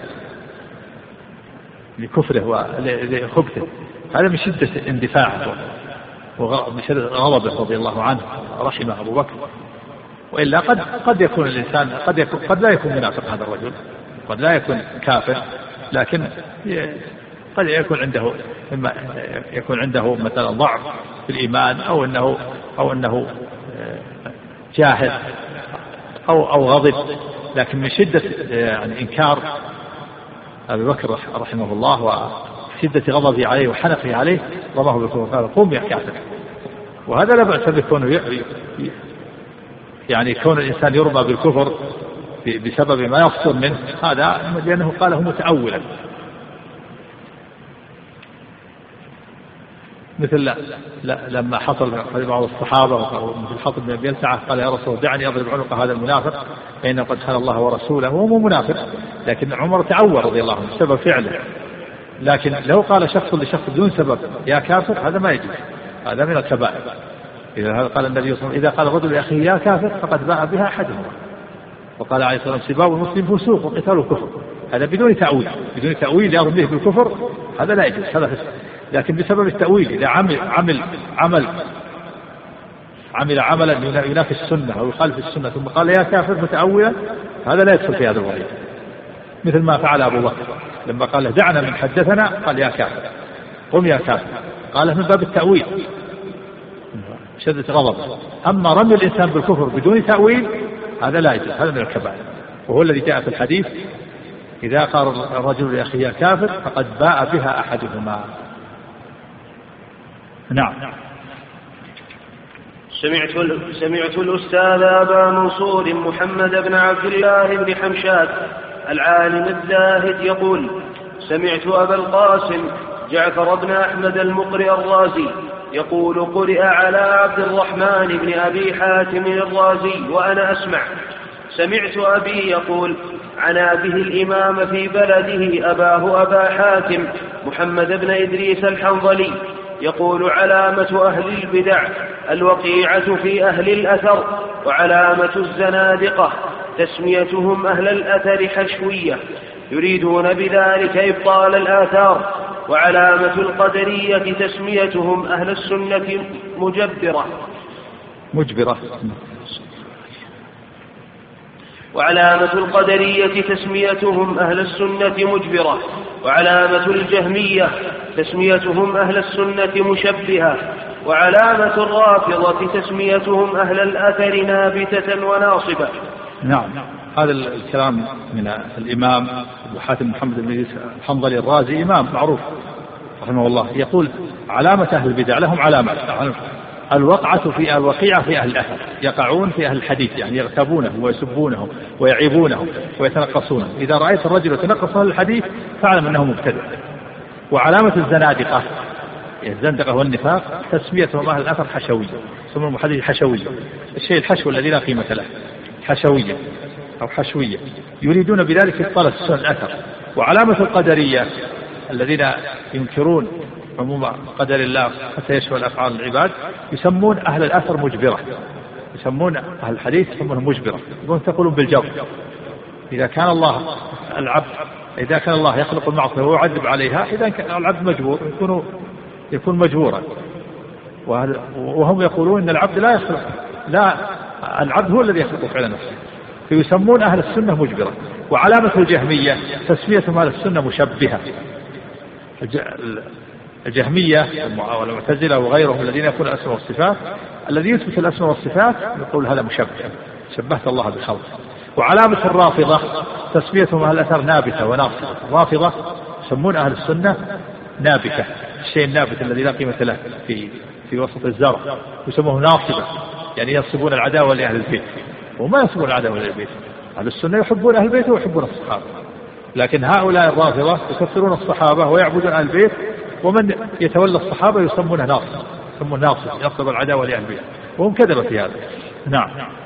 لكفره ولخبثه. هذا من شدة اندفاعه ومن شدة غضبه رضي الله عنه رحمه أبو بكر. وإلا قد قد يكون الإنسان قد يكون قد لا يكون منافق هذا الرجل، قد لا يكون كافر، لكن قد يكون عنده مما يكون عنده مثلا ضعف في الإيمان، أو أنه أو أنه جاهل أو أو غضب. لكن من شدة يعني إنكار أبي بكر رحمه الله وشدة غضبه عليه وحنقه عليه رماه بالكفر، قال قم يا كافر. وهذا لا بأس بكونه يعني كون الإنسان يرمى بالكفر بسبب ما يصدر منه، هذا لأنه قاله متأولا، مثل لا لا لما حصل بعض الصحابة مثل حاطب بن بلتعة قال يا رسول دعني أضرب عنق هذا المنافق فإنه قد خان الله ورسوله، وهو مو منافق، لكن عمر تعور رضي الله عنه بسبب فعله. لكن لو قال شخص لشخص بدون سبب يا كافر هذا ما يجوز، هذا من الكبائر. إذا هذا قال النبي صلى الله عليه وسلم إذا قال الرجل لأخيه يا كافر فقد باء بها أحدهما، وقال عليه الصلاة والسلام سباب المسلم فسوق وقتاله كفر. هذا بدون تأويل، بدون تأويل يرمي به بالكفر هذا لا يجوز، هذا فسق. لكن بسبب التأويل إذا عمل عمل عمل عمل عملا ينافي السنة أو يخالف السنة ثم قال يا كافر متأولا، هذا لا يدخل في هذا الوعيد، مثل ما فعل أبو بكر لما قال له دعنا من حدثنا قال يا كافر قم يا كافر، قال من باب التأويل شدة غضب. أما رمي الإنسان بالكفر بدون تأويل هذا لا يجوز، هذا من الكبائر، وهو الذي جاء في الحديث إذا قال الرجل لأخيه كافر فقد باء بها أحدهما. نعم. سمعت سمعت الأستاذ أبا منصور محمد بن عبد الله بن حمشاد العالم الزاهد يقول سمعت أبا القاسم جعفر بن أحمد المقرئ الرازي يقول قرئ على عبد الرحمن بن أبي حاتم الرازي وأنا أسمع. سمعت أبي يقول عنا به الإمام في بلده أباه أبا حاتم محمد بن إدريس الحنظلي يقول علامة أهل البدع الوقيعة في أهل الأثر، وعلامة الزنادقة تسميتهم أهل الأثر حشوية يريدون بذلك إبطال الآثار، وعلامة القدرية تسميتهم أهل السنة مجبرة مجبرة وعلامة القدرية تسميتهم أهل السنة مجبرة، وعلامة الجهمية تسميتهم أهل السنة مشبهة، وعلامة الرافضة تسميتهم أهل الأثر نابتة وناصبة. نعم. هذا الكلام من الإمام أبو حاتم محمد بن الحنظلي الرازي، إمام معروف رحمه الله، يقول علامة أهل البدع لهم علامة: الوقعة في الوقيعة في أهل الأثر، يقعون في أهل الحديث، يعني يغتابونهم ويسبونهم ويعيبونهم ويتنقصونهم. إذا رأيت الرجل يتنقص أهل الحديث فاعلم أنه مبتدع. وعلامة الزنادقة، الزندقة والنفاق، تسميتهم أهل الأثر حشوية، يسمون المحدث حشوية، الشيء الحشو الذي لا قيمة له، حشوية أو حشوية، يريدون بذلك إبطال السنة الأثر. وعلامة القدرية الذين ينكرون عموم قدر الله حتى يشمل أفعال العباد، يسمون أهل الأثر مجبرة، يسمون أهل الحديث يسمونهم مجبرة، يقولون تقولون بالجبر. إذا كان الله العبد إذا كان الله يخلق المعصية ويعذب عليها، إذا كان العبد مجبور يكون يكون مجبورا. وهم يقولون إن العبد لا يخلق، لا، العبد هو الذي يخلق فعل نفسه، فيسمون أهل السنة مجبرة. وعلامة الجهمية تسميتهم أهل السنة مشبهة. الجهمية والمعتزلة وغيرهم الذين يقولون الأسماء والصفات، الذي يثبت الأسماء والصفات يقول هذا مشبه، شبهت الله بالخلق. وعلامة الرافضة تسميتهم أهل الأثر نابتة وناصبة. الرافضة يسمون أهل السنة نابتة، الشيء النابت الذي لا قيمة له في في وسط الزرع يسموه ناصبة، يعني ينصبون العداوة لأهل البيت، وما ينصبون العداوة لأهل البيت. أهل السنة يحبون أهل البيت ويحبون الصحابة، لكن هؤلاء الرافضة يكفرون الصحابة ويعبدون أهل البيت، ومن يتولى الصحابة يسمونه ناصب، يسمون ناصب، ينصب العداوة لأهل البيت، وهم كذبوا في هذا. نعم.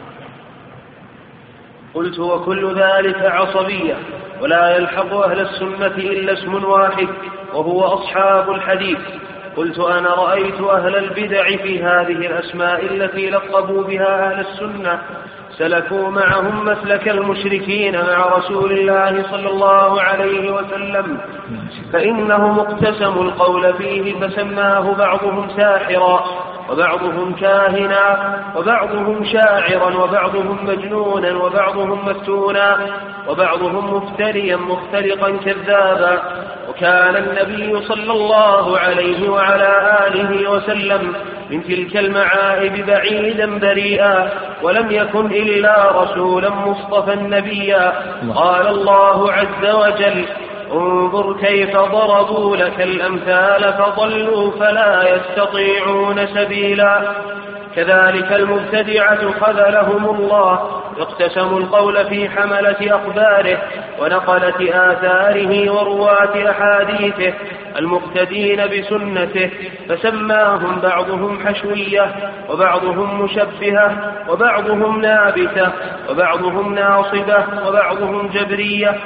قلت: وكل ذلك عصبية، ولا يلحق أهل السنة إلا اسم واحد وهو أصحاب الحديث. قلت: أنا رأيت أهل البدع في هذه الأسماء التي لقبوا بها أهل السنة سلكوا معهم مسلك المشركين مع رسول الله صلى الله عليه وسلم، فإنهم اقتسموا القول فيه، فسماه بعضهم ساحرا، وبعضهم كاهنا، وبعضهم شاعرا، وبعضهم مجنونا، وبعضهم مفتونا، وبعضهم مفتريا مختلقا كذابا. وكان النبي صلى الله عليه وعلى آله وسلم من تلك المعائب بعيدا بريئا، ولم يكن إلا رسولا مصطفى نبيا. قال الله عز وجل: انظر كيف ضربوا لك الأمثال فضلوا فلا يستطيعون سبيلا. كذلك المبتدعة خذلهم الله، اقتسموا القول في حملة أخباره ونقلة آثاره ورواة أحاديثه المقتدين بسنته، فسماهم بعضهم حشوية، وبعضهم مشبهة، وبعضهم نابتة، وبعضهم ناصبة، وبعضهم جبرية.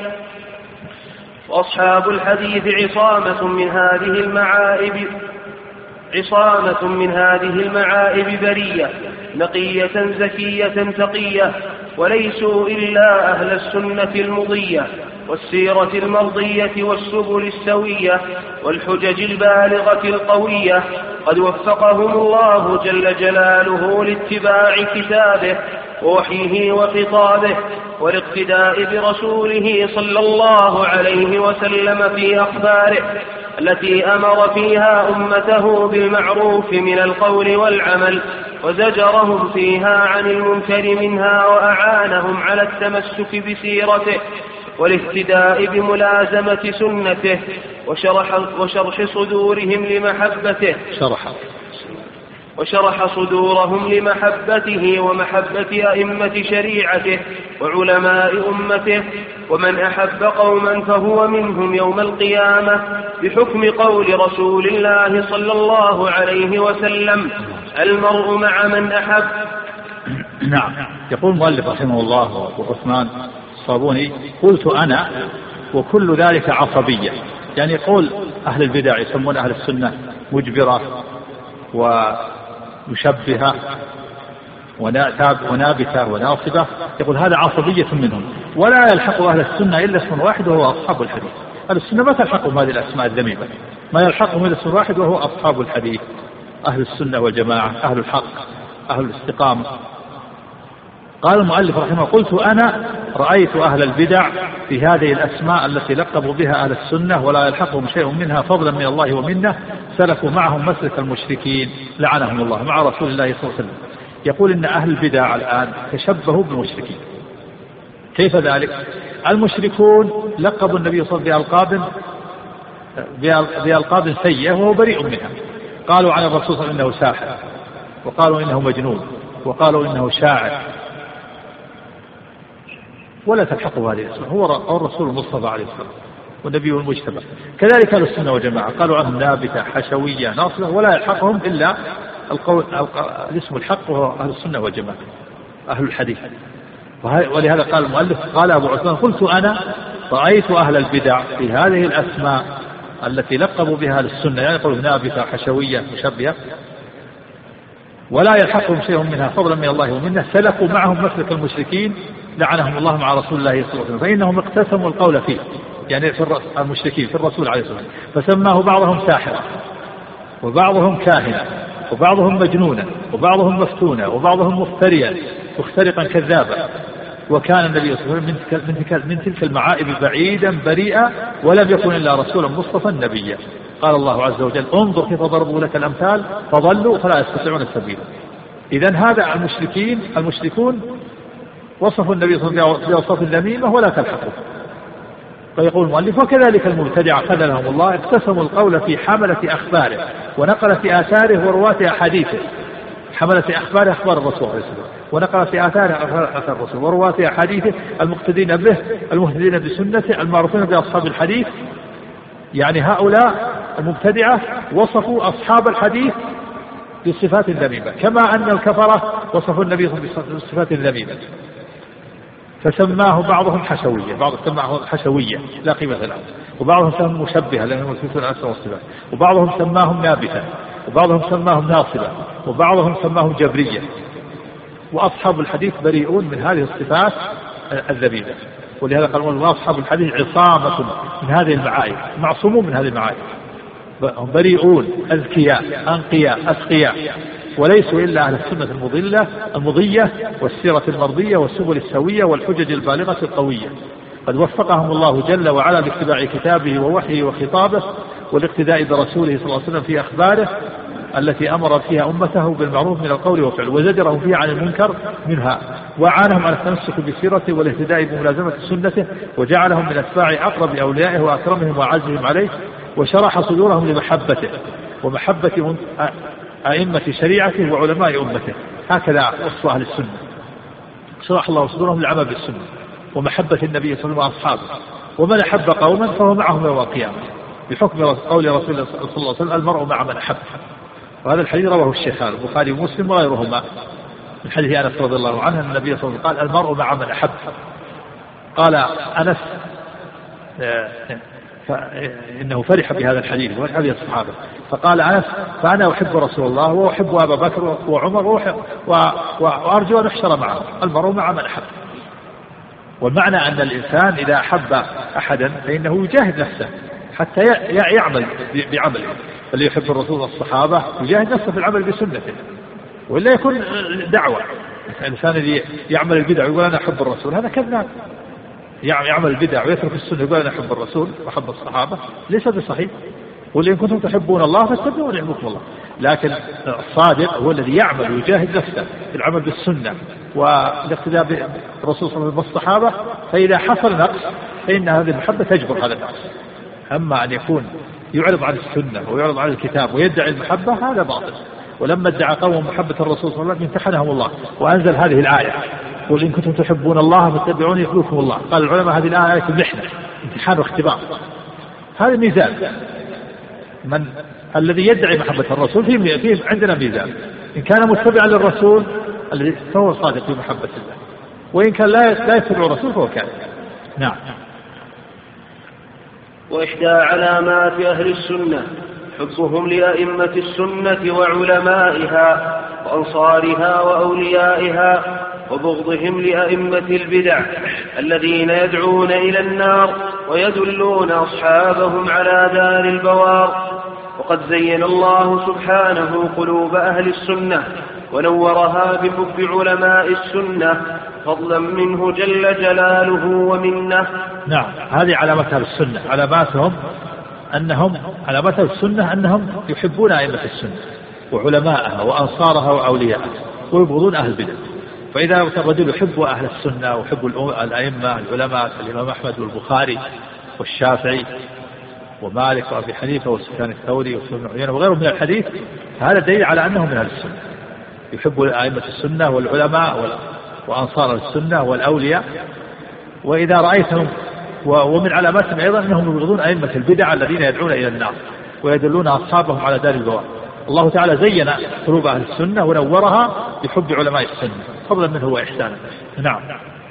وأصحاب الحديث عصامة من هذه المعائب عصامة من هذه المعائب برية، نقية زكية تقية، وليسوا إلا أهل السنة المضية والسيرة المرضية والسبل السوية والحجج البالغة القوية. قد وفقهم الله جل جلاله لاتباع كتابه ووحيه وخطابه، والاقتداء برسوله صلى الله عليه وسلم في أخباره التي أمر فيها أمته بالمعروف من القول والعمل، وزجرهم فيها عن المنكر منها، وأعانهم على التمسك بسيرته والاهتداء بملازمة سنته، وشرح, وشرح صدورهم لمحبته شرح وشرح صدورهم لمحبته ومحبة أئمة شريعته وعلماء أمته. ومن أحب قوما فهو منهم يوم القيامة بحكم قول رسول الله صلى الله عليه وسلم: المرء مع من أحب. نعم. يقول المؤلف رحمه الله وابو عثمان الصابوني: قلت أنا وكل ذلك عصبية، يعني يقول أهل البدع يسمون أهل السنة مجبرة ومشبهة ونابتة وناصبة، يقول هذا عصبية منهم، ولا يلحق أهل السنة إلا اسم واحد وهو أصحاب الحديث. أهل السنة ما تلحقهم هذه الأسماء الذميمة، ما يلحقهم إلا اسم واحد وهو أصحاب الحديث، أهل السنة والجماعة، أهل الحق، أهل الاستقامة. قال المؤلف رحمه: قلت أنا رأيت أهل البدع في هذه الأسماء التي لقبوا بها أهل السنة ولا يلحقهم شيء منها فضلا من الله ومنه، سلكوا معهم مسلك المشركين لعنهم الله مع رسول الله صلى الله عليه وسلم. يقول إن أهل البدع الآن تشبهوا بالمشركين، كيف ذلك؟ المشركون لقبوا النبي صلى الله عليه وسلم بألقاب بألقاب سيئة وهو بريء منها. قالوا عن الرسول صلى الله عليه وسلم إنه ساحر، وقالوا إنه مجنون، وقالوا إنه شاعر، ولا تلحقوا هذه الأسماء. هو الرسول المصطفى عليه الصلاة والسلام والنبي المجتبى. كذلك أهل السنة والجماعة قالوا عنهم نابتة حشوية ناصبة، ولا يلحقهم إلا القول الاسم الحق وهو أهل السنة والجماعة أهل الحديث. ولهذا قال المؤلف قال أبو عثمان قلت أنا رأيت أهل البدع في هذه الأسماء التي لقبوا بها أهل السنة، يعني يقولون نابتة حشوية مشبهة، ولا يلحقهم شيء منها فضلا من الله ومنه، سلكوا معهم مسلك المشركين لعنهم الله مع رسول الله صلى الله عليه وسلم، فإنهم اقتسموا القول فيه، يعني في المشركين في الرسول عليه الصلاة والسلام، فسماه بعضهم ساحرا وبعضهم كاهنا وبعضهم مجنونا وبعضهم مفتونا وبعضهم مفتريا مخترقا كذابا. وكان النبي صلى الله عليه وسلم من تلك المعائب بعيدا بريئا، ولم يكن إلا رسولا مصطفى نبيا. قال الله عز وجل انظر كيف ضربوا لك الأمثال فضلوا فلا يستطيعون السبيل. إذن هذا المشركين المشركون وصفوا النبي صلى الله عليه وسلم بوصف الذميمة ولا تلحقوا. فيقول المؤلف وكذلك المبتدعة خذلهم الله اقتسموا القول في حملة أخباره ونقلة آثاره ورواة أحاديثه. حملة أخباره أخبار الرسول عليه الصلاة والسلام، ونقلة آثاره أثر الرسول، ورواة أحاديثه المقتدين به المهتدين بسنته المعروفين بأصحاب الحديث. يعني هؤلاء المبتدعة وصفوا أصحاب الحديث بصفات ذميمة، كما أن الكفرة وصفوا النبي صلى الله عليه وسلم بصفات ذميمة، فسماه بعضهم حشوية، بعضهم سماه حشوية لا قيمة له، وبعضهم سماه مشبهة لأنهم يثبتون الأسماء والصفات، وبعضهم سماهم نابتة، وبعضهم سماهم ناصبة، وبعضهم سماهم جبرية. وأصحاب الحديث بريئون من هذه الصفات الذميمة، ولهذا قالوا أصحاب الحديث عصامة من هذه المعايب، معصومون من هذه المعايب، هم بريئون أذكياء أنقياء أسقياء، وليسوا إلا أهل السنة المضلة المضية والسيرة المرضية والسبل السوية والحجج البالغة القوية. قد وفقهم الله جل وعلا لاتباع كتابه ووحيه وخطابه والاقتداء برسوله صلى الله عليه وسلم في أخباره التي أمر فيها أمته بالمعروف من القول والفعل، وزجرهم فيها عن المنكر منها، وعانهم على التمسك بسيرته والاهتداء بملازمة سنته، وجعلهم من أتباع أقرب أوليائه وأكرمهم وأعزهم عليه، وشرح صدورهم لمحبته ومحبة أئمة شريعته وعلماء أمته. هكذا وصف أهل السنة، شرح الله صدورهم للعمل بالسنة ومحبة النبي صلى الله عليه وسلم وأصحابه. ومن أحب قوما فهو معهم يوم القيامة، بحكم قول رسول الله صلى الله عليه وسلم المرء مع من أحب. وهذا الحديث رواه الشيخان البخاري ومسلم وغيرهما من حديث أنس رضي الله عنه أن النبي صلى الله عليه وسلم قال المرء مع من أحب. قال أنس إنه فرح بهذا الحديث وحديث الصحابة، فقال أنس فأنا أحب رسول الله وأحب أبا بكر وعمر وأرجو أن أحشر معه، المرء مع من أحب. والمعنى أن الإنسان إذا أحب أحدا فإنه يجاهد نفسه حتى يعمل بعمله، اللي يحب الرسول والصحابة يجاهد نفسه في العمل بسنته، وإلا يكون دعوة. الإنسان الذي يعمل البدع ويقول أنا أحب الرسول هذا كذاب، يعمل البدع ويترك السنة يقول أنا أحب الرسول وأحب الصحابة، ليس بصحيح. قل إن كنتم تحبون الله فاتبعوني يحببكم الله. لكن الصادق هو الذي يعمل ويجاهد نفسه في العمل بالسنة والاقتداء بالرسول صلى الله عليه وسلم والصحابة، فإذا حصل نقص فإن هذه المحبة تجبر هذا النقص. أما أن يكون يعرض عن السنة ويعرض عن الكتاب ويدعي المحبة هذا باطل. ولما ادعى قوم محبة الرسول صلى الله عليه وسلم امتحنهم الله وأنزل هذه الآية قل إن كنتم تحبون الله فاتبعوني يحببكم الله. قال العلماء هذه الآية آية المحنة، امتحان واختبار. هذا ميزان، من الذي يدعي محبة الرسول فيه, فيه عندنا ميزان، إن كان متبعا للرسول الذي فهو صادق في محبة الله، وإن كان لا لا يتبع الرسول فهو كاذب. نعم. وإحدى علامات أهل السنة حبهم لأئمة السنة وعلمائها وأنصارها وأوليائها، وبغضهم لأئمة البدع الذين يدعون إلى النار ويدلون أصحابهم على دار البوار. وقد زين الله سبحانه قلوب أهل السنة ونورها بحب علماء السنة فضلا منه جل جلاله ومنه. نعم، هذه علامات أهل السنة، علاماتهم أنهم علامات السنة أنهم يحبون أئمة السنة وعلماءها وأنصارها وأولياءها ويبغضون أهل البدع. فإذا الرجل يحب أهل السنة ويحب الأئمة العلماء الإمام أحمد والبخاري والشافعي ومالك وأبي حنيفة وسفيان الثوري وسفيان بن عيينة وغيرهم من الحديث، هذا دليل على أنهم من أهل السنة، يحب أئمة السنة والعلماء وأنصار السنة والأولياء. وإذا رأيتهم ومن علاماتهم أيضا أنهم يبغضون أئمة البدع الذين يدعون إلى النار ويدلون أصحابهم على دار البوار. الله تعالى زين قلوب أهل السنة ونورها بحب علماء السنة فضلا منه وإحسانا. نعم.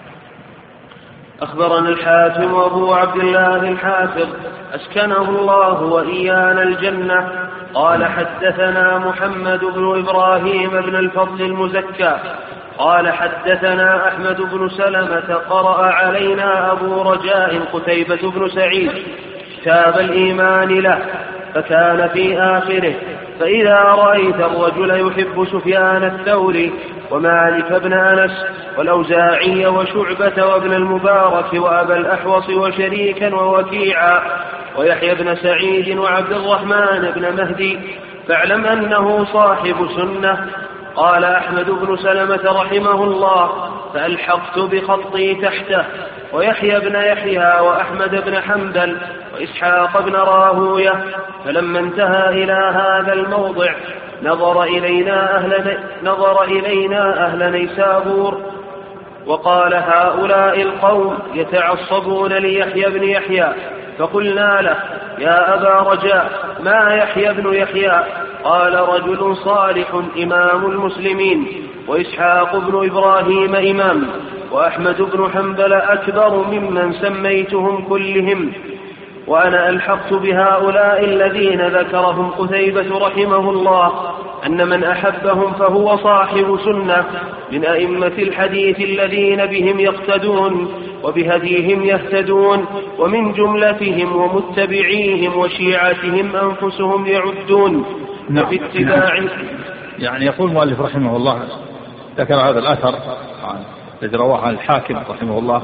أخبرنا الحاتم أبو عبد الله الحافظ أسكنه الله وإيانا الجنة قال حدثنا محمد بن إبراهيم بن الفضل المزكى قال حدثنا أحمد بن سلمة قرأ علينا أبو رجاء قتيبة بن سعيد كتاب الإيمان له فكان في آخره: فإذا رأيت الرجل يحب سفيان الثوري ومالك بن أنس والأوزاعي وشعبة وابن المبارك وأبا الأحوص وشريكا ووكيعا ويحيى بن سعيد وعبد الرحمن بن مهدي فاعلم أنه صاحب سنة. قال أحمد بن سلمة رحمه الله: فألحقت بخطي تحته ويحيى بن يحيى وأحمد بن حنبل وإسحاق بن راهوية. فلما انتهى إلى هذا الموضع نظر إلينا أهل, نظر إلينا أهل نيسابور وقال: هؤلاء القوم يتعصبون ليحيى بن يحيى. فقلنا له: يا أبا رجاء ما يحيى بن يحيى؟ قال: رجل صالح إمام المسلمين، وإسحاق بن إبراهيم إمام، وأحمد بن حنبل أكبر ممن سميتهم كلهم. وأنا ألحقت بهؤلاء الذين ذكرهم قتيبة رحمه الله أن من أحبهم فهو صاحب سنة من أئمة الحديث الذين بهم يقتدون وبهديهم يهتدون، ومن جملتهم ومتبعيهم وشيعتهم أنفسهم يعدون. نعم. وفي اتباع يعني يقول المؤلف رحمه الله ذكر هذا الأثر الذي رواه عن الحاكم رحمه الله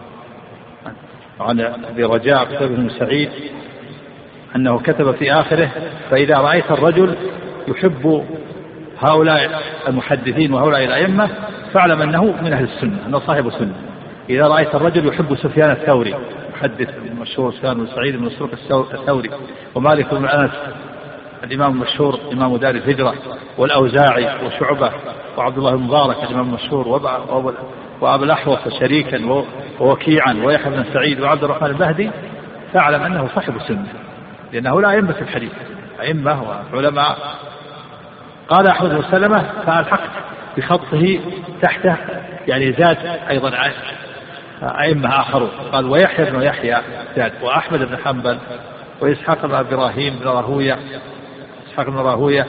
عن أبي رجاء بن سعيد أنه كتب في آخره: فإذا رأيت الرجل يحب هؤلاء المحدثين وهؤلاء الأئمة فاعلم أنه من أهل السنة، أنه صاحب سنة. إذا رأيت الرجل يحب سفيان الثوري محدث المشهور سفيان بن سعيد بن مسروق الثوري ومالك بن أنس الإمام المشهور إمام دار الهجرة والأوزاعي وشعبة وعبد الله بن مبارك الإمام المشهور وأبا الأحوص شريكا ووكيعا ويحيى بن سعيد وعبد الرحمن المهدي فاعلم أنه صاحب السنة، لأنه لا أئمة الحديث أئمة وعلماء. قال أحمد بن سلمة: فألحقت بخطه تحته، يعني زاد أيضا أئمة آخرون. قال: ويحيى بن يحيى زاد وأحمد بن حنبل وإسحاق بن إبراهيم بن راهوية إسحاق بن راهوية.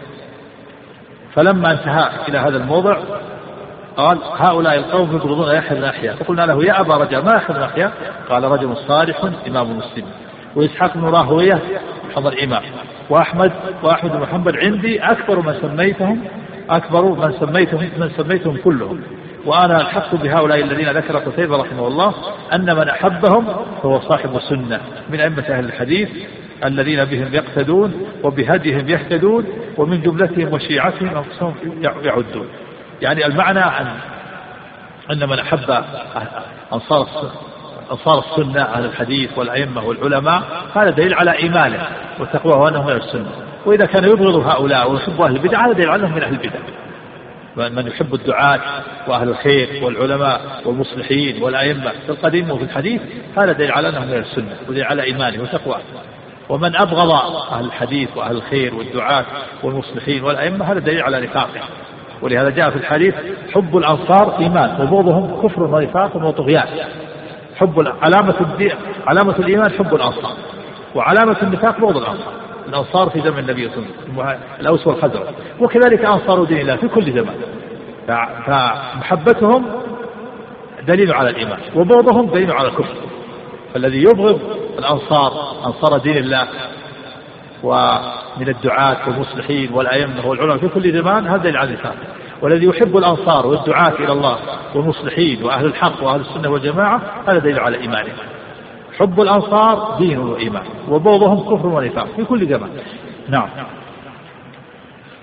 فلما انتهى إلى هذا الموضع قال: هؤلاء القوم يبغضون يحيى بن يحيى. فقلنا له: يا أبا رجاء ما يحيى بن يحيى؟ قال: رجل صالح إمام المسلمين، وإسحاق بن راهوية حضر إمام، وأحمد وأحمد بن حنبل عندي أكبر من سميتهم أكبر من سميتهم من سميتهم كلهم. وأنا الحق بهؤلاء الذين ذكر قتيبة رحمه الله أن من أحبهم فهو صاحب السنة من أئمة أهل الحديث الذين بهم يقتدون وبهديهم يهتدون، ومن جملتهم وشيعتهم أنفسهم يعدون. يعني المعنى أن أن من أحب أنصار أنصار السنة أهل الحديث والأئمة والعلماء هذا دليل على إيمانه وتقواه وأنهم من السنة. وإذا كان يبغض هؤلاء ويحب أهل البدع هذا دليل على أنهم من أهل البدع. من يحب الدعاة وأهل الخير والعلماء والمصلحين والأئمة في القديم وفي الحديث هذا دليل على أنهم من السنة ودليل على إيمانه وتقواه. ومن أبغض أهل الحديث وأهل الخير والدعاة والمصلحين والأئمة هذا دليل على نفاقه. ولهذا جاء في الحديث: حب الأنصار إيمان وبغضهم كفر ونفاق وطغيان. حب علامة الدين علامة الإيمان حب الأنصار، وعلامة النفاق بغض الأنصار. الأنصار في زمن النبي صلى الله عليه وسلم الأوس والخزرج، وكذلك أنصار دين الله في كل زمان. فمحبتهم دليل على الإيمان وبغضهم دليل على الكفر. فالذي يبغض الأنصار أنصار دين الله ومن الدعاة والمصلحين والأئمة والعلماء في كل زمان هذا دليل على النفاق. والذي يحب الأنصار والدعاة إلى الله والمصلحين وأهل الحق وأهل السنة والجماعة هذا دليل على إيمانه. حب الأنصار دين وإيمان، وبغضهم كفر ونفاق في كل زمان. نعم.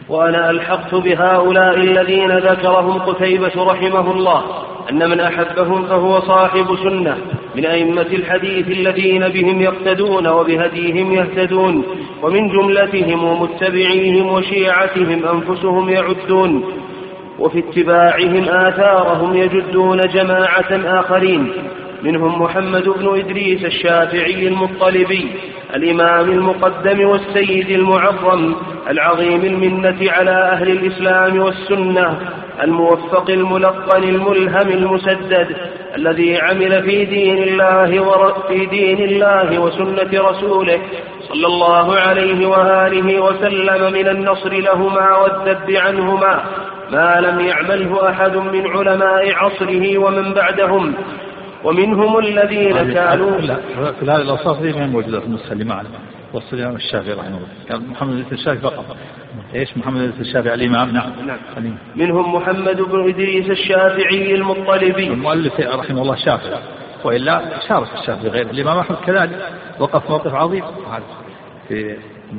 وأنا ألحقت بهؤلاء الذين ذكرهم قتيبة رحمه الله أن من أحبهم فهو صاحب سنة من أئمة الحديث الذين بهم يقتدون وبهديهم يهتدون، ومن جملتهم ومتبعيهم وشيعتهم أنفسهم يعدون، وفي اتباعهم آثارهم يجدون جماعة آخرين، منهم محمد بن إدريس الشافعي المطلبي الإمام المقدم والسيد المعظم العظيم المنة على أهل الإسلام والسنة، الموفق الملقن الملهم المسدد، الذي عمل في دين الله وفي دين الله وسنة رسوله صلى الله عليه وآله وسلم من النصر لهما والذب عنهما ما لم يعمله أحد من علماء عصره ومن بعدهم، ومنهم الذين كانوا في هذه الأوصاف دي ما موجودة في النسخة اللي معنا وصل الإمام الشافعي رحمه الله، كان محمد بن الشافعي فقط. إيش محمد بن الشافعي الإمام؟ نعم. نعم. منهم محمد بن إدريس الشافعي المطلبي المؤلف رحمه الله شافعي، وإلا شارك الشافعي غيره. الإمام أحمد كذلك وقف موقف عظيم في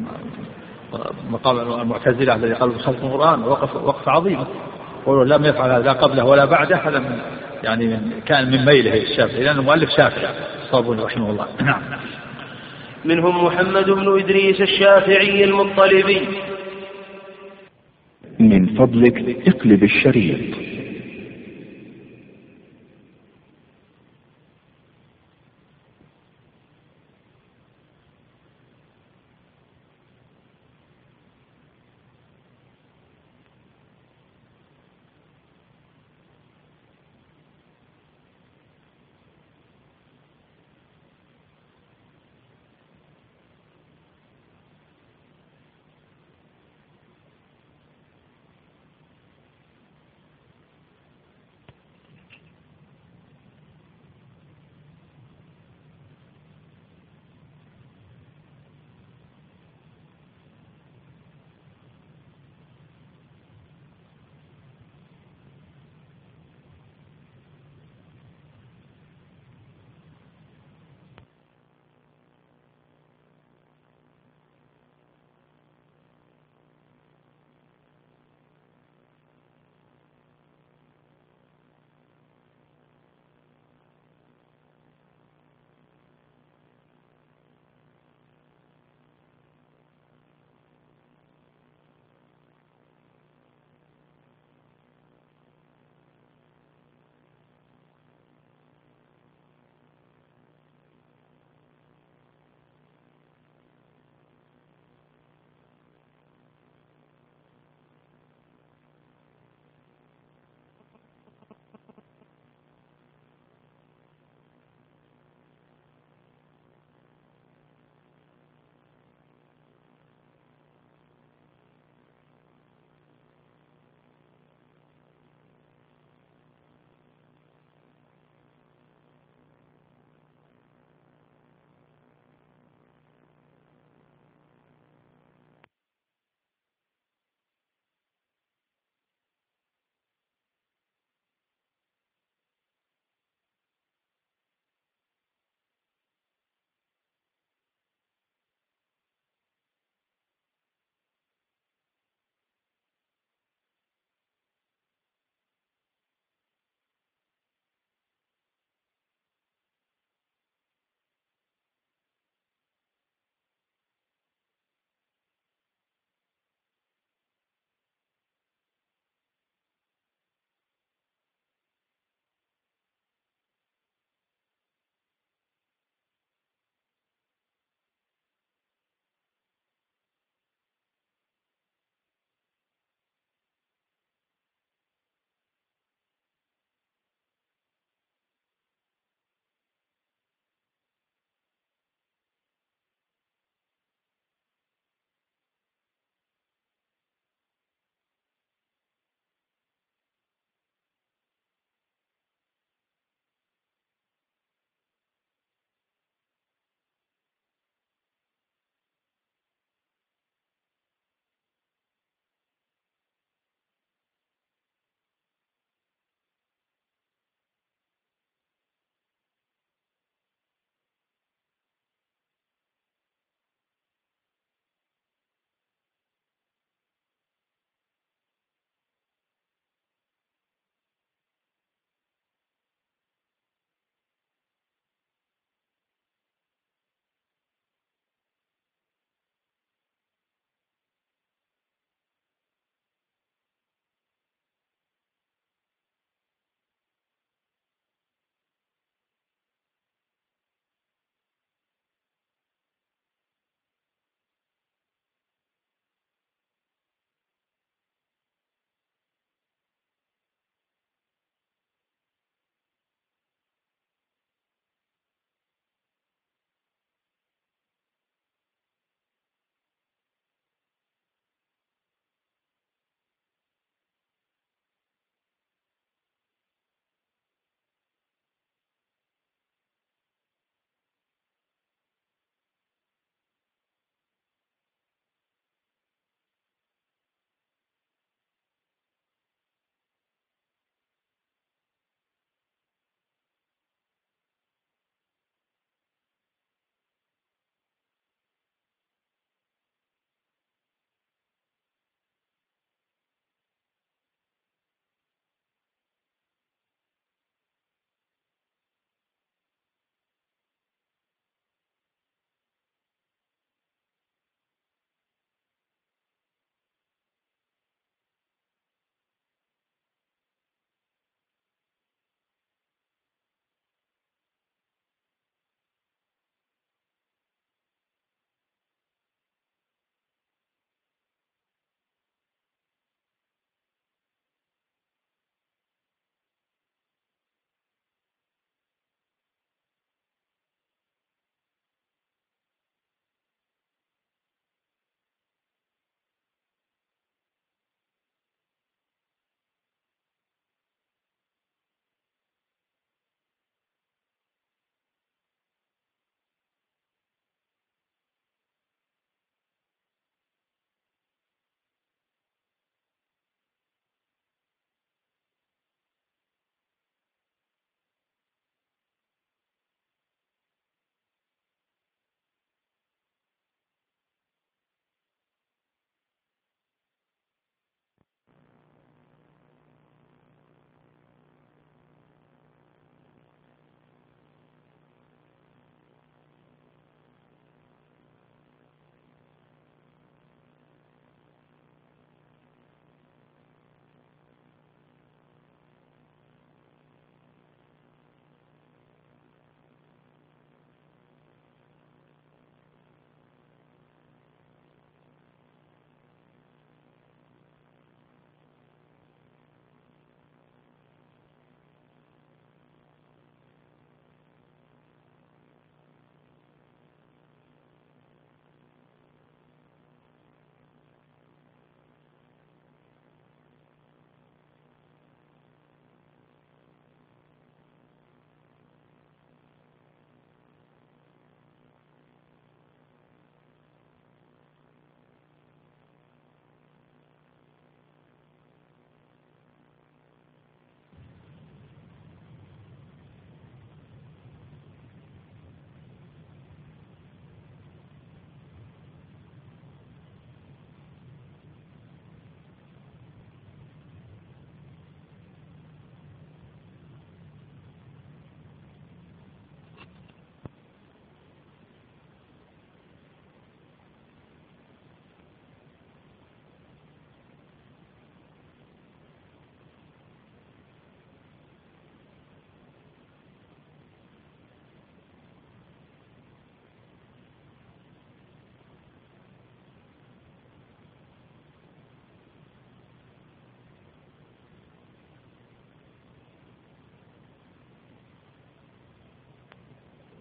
مقام المعتزلة الذي قالوا بخلق القرآن، وقف وقف عظيم ولم يفعل هذا لا قبله ولا بعده. هذا من يعني من كان من ميله الشافعي لأنه مؤلف شافعي صابوني رحمه الله. نعم. منهم محمد بن إدريس الشافعي المطلبي. من فضلك اقلب الشريط.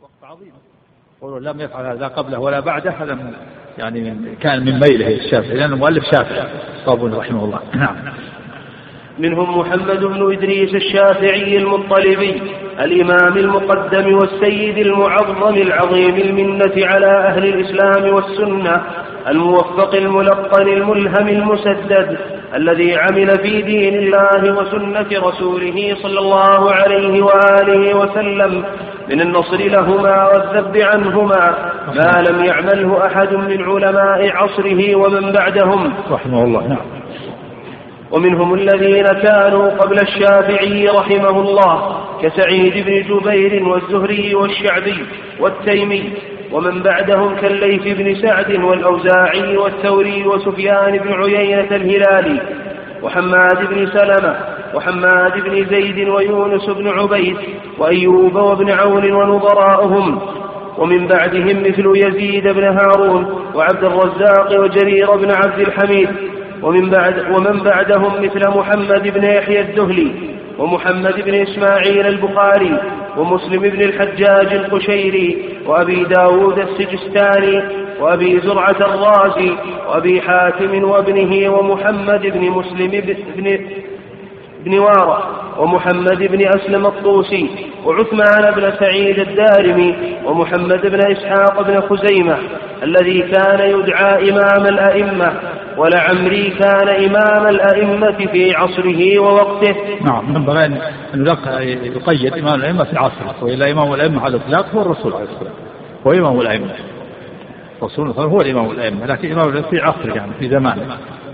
وقت عظيم. قولوا لم يفعل هذا قبله ولا بعده، هذا يعني كان من ميله الشافعي، لأن المؤلف شافعي الصابوني رحمه الله. نعم. منهم محمد بن إدريس الشافعي المطلبي الإمام المقدم والسيد المعظم العظيم المنة على أهل الإسلام والسنة، الموفق الملقن الملهم المسدد، الذي عمل في دين الله وسنة رسوله صلى الله عليه وآله وسلم من النصر لهما والذب عنهما ما لم يعمله أحد من علماء عصره ومن بعدهم رحمه الله. نعم. ومنهم الذين كانوا قبل الشافعي رحمه الله كسعيد بن جبير والزهري والشعبي والتيمي، ومن بعدهم كالليث بن سعد والأوزاعي والثوري وسفيان بن عيينة الهلالي وحماد بن سلمة وحماد بن زيد ويونس بن عبيد وأيوب وابن عون ونظراؤهم، ومن بعدهم مثل يزيد بن هارون وعبد الرزاق وجرير بن عبد الحميد، ومن, بعد ومن بعدهم مثل محمد بن يحيى الدهلي ومحمد بن إسماعيل البخاري ومسلم بن الحجاج القشيري وأبي داود السجستاني وأبي زرعة الرازي وأبي حاتم وابنه ومحمد بن مسلم بن, بن وارة ومحمد بن أسلم الطوسي وعثمان بن سعيد الدارمي ومحمد بن إسحاق بن خزيمة الذي كان يدعى إمام الأئمة، ولعمري كان إمام الأئمة في عصره ووقته. نعم. ينبغي أن يقيد إمام الأئمة في عصره، وإلا إمام الأئمة على الإطلاق هو الرسول عليه الصلاة والسلام، هو إمام الأئمة، الرسول هو الإمام الأئمة، لكن إمام الأئمة في عصره يعني في زمانه،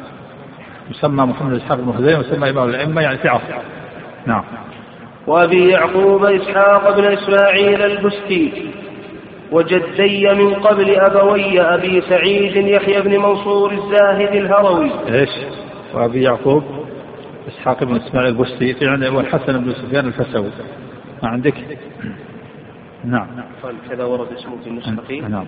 يسمى محمد إسحاق بن خزيمة ويسمى إمام الأئمة يعني في عصره. نعم. وأبي يعقوب إسحاق بن إسماعيل البستي وجدي من قبل أبوي أبي سعيد يحيى بن منصور الزاهد الهروي. إيش؟ وأبي يعقوب إسحاق بن إسماعيل البستي في عند أبو الحسن بن سفيان الفسوي، ما عندك؟ نعم. قال كذا ورد اسمه في النسختين. نعم.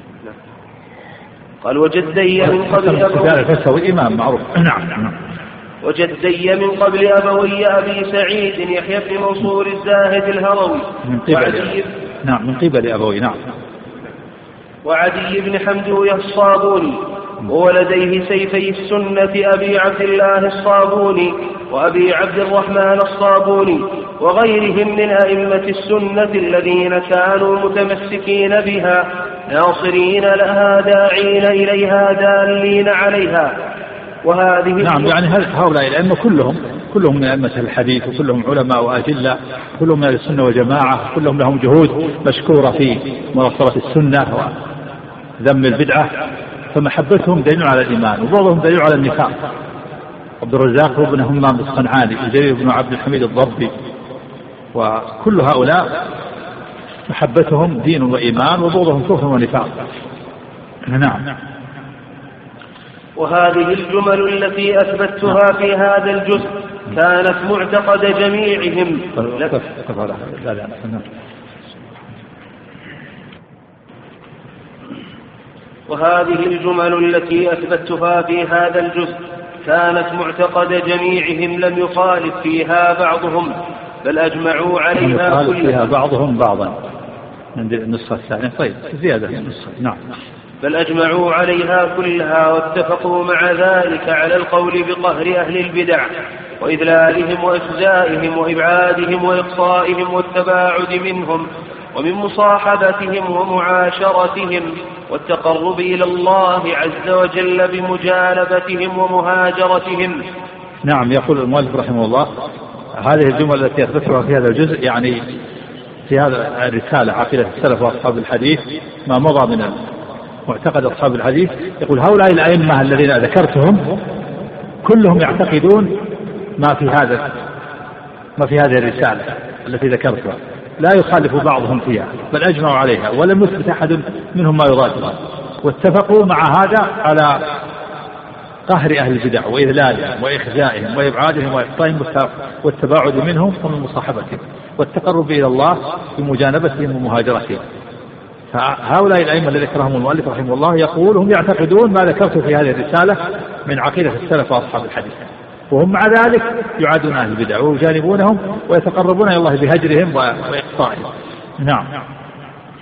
قال وجدي من قبل أبوي الفسوي إمام معروف. نعم. نعم. وجدي من قبل أبوي أبي سعيد يحيى بن منصور الزاهد الهروي من قبل نعم من قبل أبوي. نعم. وعدي بن حمدويه الصابوني وولديه سيفي السنة أبي عبد الله الصابوني وأبي عبد الرحمن الصابوني وغيرهم من أئمة السنة الذين كانوا متمسكين بها ناصرين لها داعين إليها دالين عليها. وهذه نعم يعني هؤلاء الأئمة كلهم كلهم من أئمة الحديث، وكلهم علماء وأجلة، كلهم من السنة والجماعة، كلهم لهم جهود مشكورة في مناصرة السنة وذم البدعة، فمحبتهم دليل على الإيمان، وبعضهم دليل على النفاق. عبد الرزاق بن همام الصنعاني وجرير بن عبد الحميد الضبي، وكل هؤلاء محبتهم دين وإيمان، وبعضهم كفر ونفاق. نعم. وهذه الجمل التي أثبتها في هذا الجزء كانت معتقد جميعهم. وهذه الجمل التي أثبتها في هذا الجزء كانت معتقد جميعهم، لم يخالف فيها بعضهم بل أجمعوا عليها كلها. بعضهم بعضا عند النسخة الثانية. طيب زيادة النسخة. نعم. بل أجمعوا عليها كلها واتفقوا مع ذلك على القول بقهر أهل البدع وإذلالهم وإخزائهم وإبعادهم وإقصائهم والتباعد منهم ومن مصاحبتهم ومعاشرتهم والتقرب إلى الله عز وجل بمجانبتهم ومهاجرتهم. نعم. يقول المؤلف رحمه الله هذه الجمل التي أثبتها في هذا الجزء يعني في هذا الرسالة عقيدة السلف وأصحاب الحديث ما مضى من معتقد أصحاب الحديث. يقول هؤلاء الأئمة الذين ذكرتهم كلهم يعتقدون ما في هذا ما في هذه الرسالة التي ذكرتها، لا يخالف بعضهم فيها بل أجمعوا عليها، ولم يثبت أحد منهم ما يضادها، واتفقوا مع هذا على قهر أهل البدع وإذلالهم وإخزائهم وإبعادهم وإقصائهم والتباعد منهم ومن مصاحبتهم والتقرب إلى الله بمجانبتهم ومهاجرتهم. فهؤلاء الأئمة الذين ذكرهم المؤلف رحمه الله يقول هم يعتقدون ما ذكرت في هذه الرسالة من عقيدة السلف وأصحاب الحديث، وهم مع ذلك يعادون أهل البدع ويجانبونهم ويتقربون إلى الله بهجرهم وإقصائهم. نعم.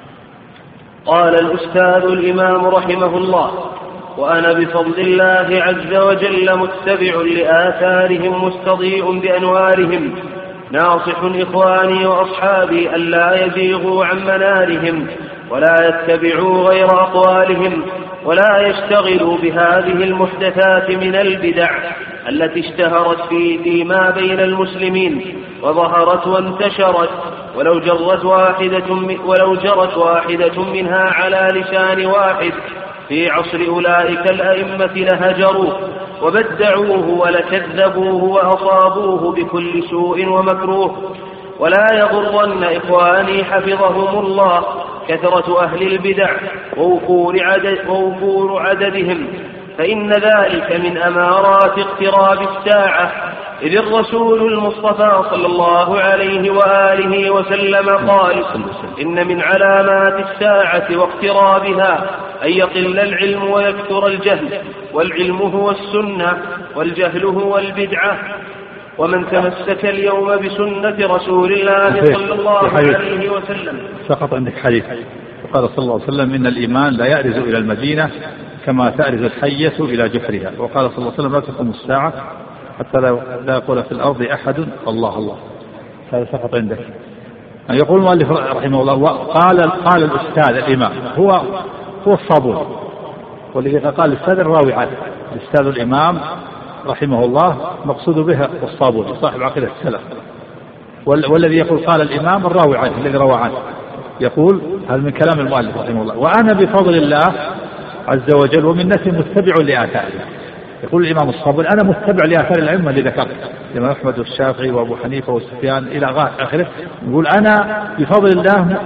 قال الأستاذ الإمام رحمه الله: وأنا بفضل الله عز وجل متبع لآثارهم مستضيء بأنوارهم، ناصح إخواني وأصحابي ألا يزيغوا عن منارهم ولا يتبعوا غير أقوالهم ولا يشتغلوا بهذه المحدثات من البدع التي اشتهرت في فيما بين المسلمين وظهرت وانتشرت، ولو جرت واحدة ولو جرت واحدة منها على لسان واحد في عصر أولئك الأئمة لهجروه وبدعوه ولكذبوه وأصابوه بكل سوء ومكروه. ولا يغرن إخواني حفظهم الله كثرة أهل البدع ووفور, عدد ووفور عددهم، فإن ذلك من أمارات اقتراب الساعة، إذ الرسول المصطفى صلى الله عليه وآله وسلم قال: إن من علامات الساعة واقترابها أن يقل العلم ويكثر الجهل، والعلم هو السنة والجهل هو البدعة. ومن تمسك اليوم بسنة رسول الله صلى الله عليه وسلم. سقط عندك حديث وقال صلى الله عليه وسلم: إن الإيمان لا يأرز إلى المدينة كما تأرز الحية إلى جحرها. وقال صلى الله عليه وسلم: لا تقوم الساعة حتى لا يقول في الأرض أحد الله الله. هذا سقط عندك. يقول المؤلف رحمه الله: قال قال الأستاذ الإمام هو هو الصابون، والذي قال الأستاذ الراوي عنه. الأستاذ الإمام رحمه الله مقصود به الصابون صاحب عقيدة السلف، والذي يقول قال الإمام الراوي عنه الذي روى عنه. يقول هذا من كلام المؤلف رحمه الله: وأنا بفضل الله عز وجل ومنته متبع لآثاره. يقول الإمام الصابون: أنا متبع لآثار الأئمة اللي ذكرت، الإمام أحمد والشافعي وأبو حنيفة وسفيان إلى آخره. يقول أنا بفضل الله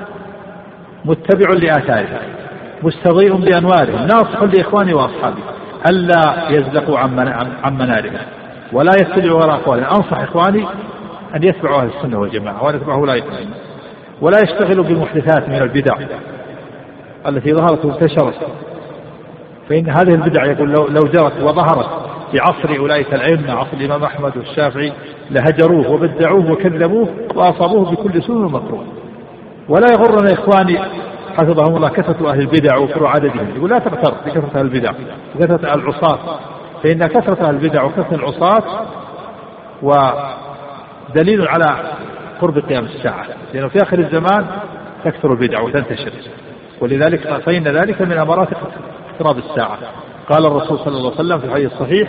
متبع لآثاره مستضيء بأنوارهم، ناصح لإخواني وأصحابي ألا يزلقوا عن منارهم ولا يتبعوا وراء أقوالهم. أنصح إخواني أن يتبعوا أهل السنة والجماعة وأن يتبعوا لا يتبعون، ولا يشتغلوا بالمحدثات من البدع التي ظهرت وانتشرت، فإن هذه البدع يقول لو, لو جرت وظهرت في عصر أولئك الأئمة، عصر الإمام أحمد والشافعي، لهجروه وبدعوه وكذبوه وأصابوه بكل سوء ومكروه. ولا يغرنا إخواني حفظهم الله كثرة أهل البدع وكثرة عددهم. يقول لا تغتر بكثرة أهل البدع وكثرة أهل العصاة، فإن كثرة أهل البدع وكثرة العصاة ودليل على قرب قيام الساعة، لأنه في آخر الزمان تكثر البدع وتنتشر، ولذلك فإن ذلك من أمارات اقتراب الساعة. قال الرسول صلى الله عليه وسلم في الحديث الصحيح: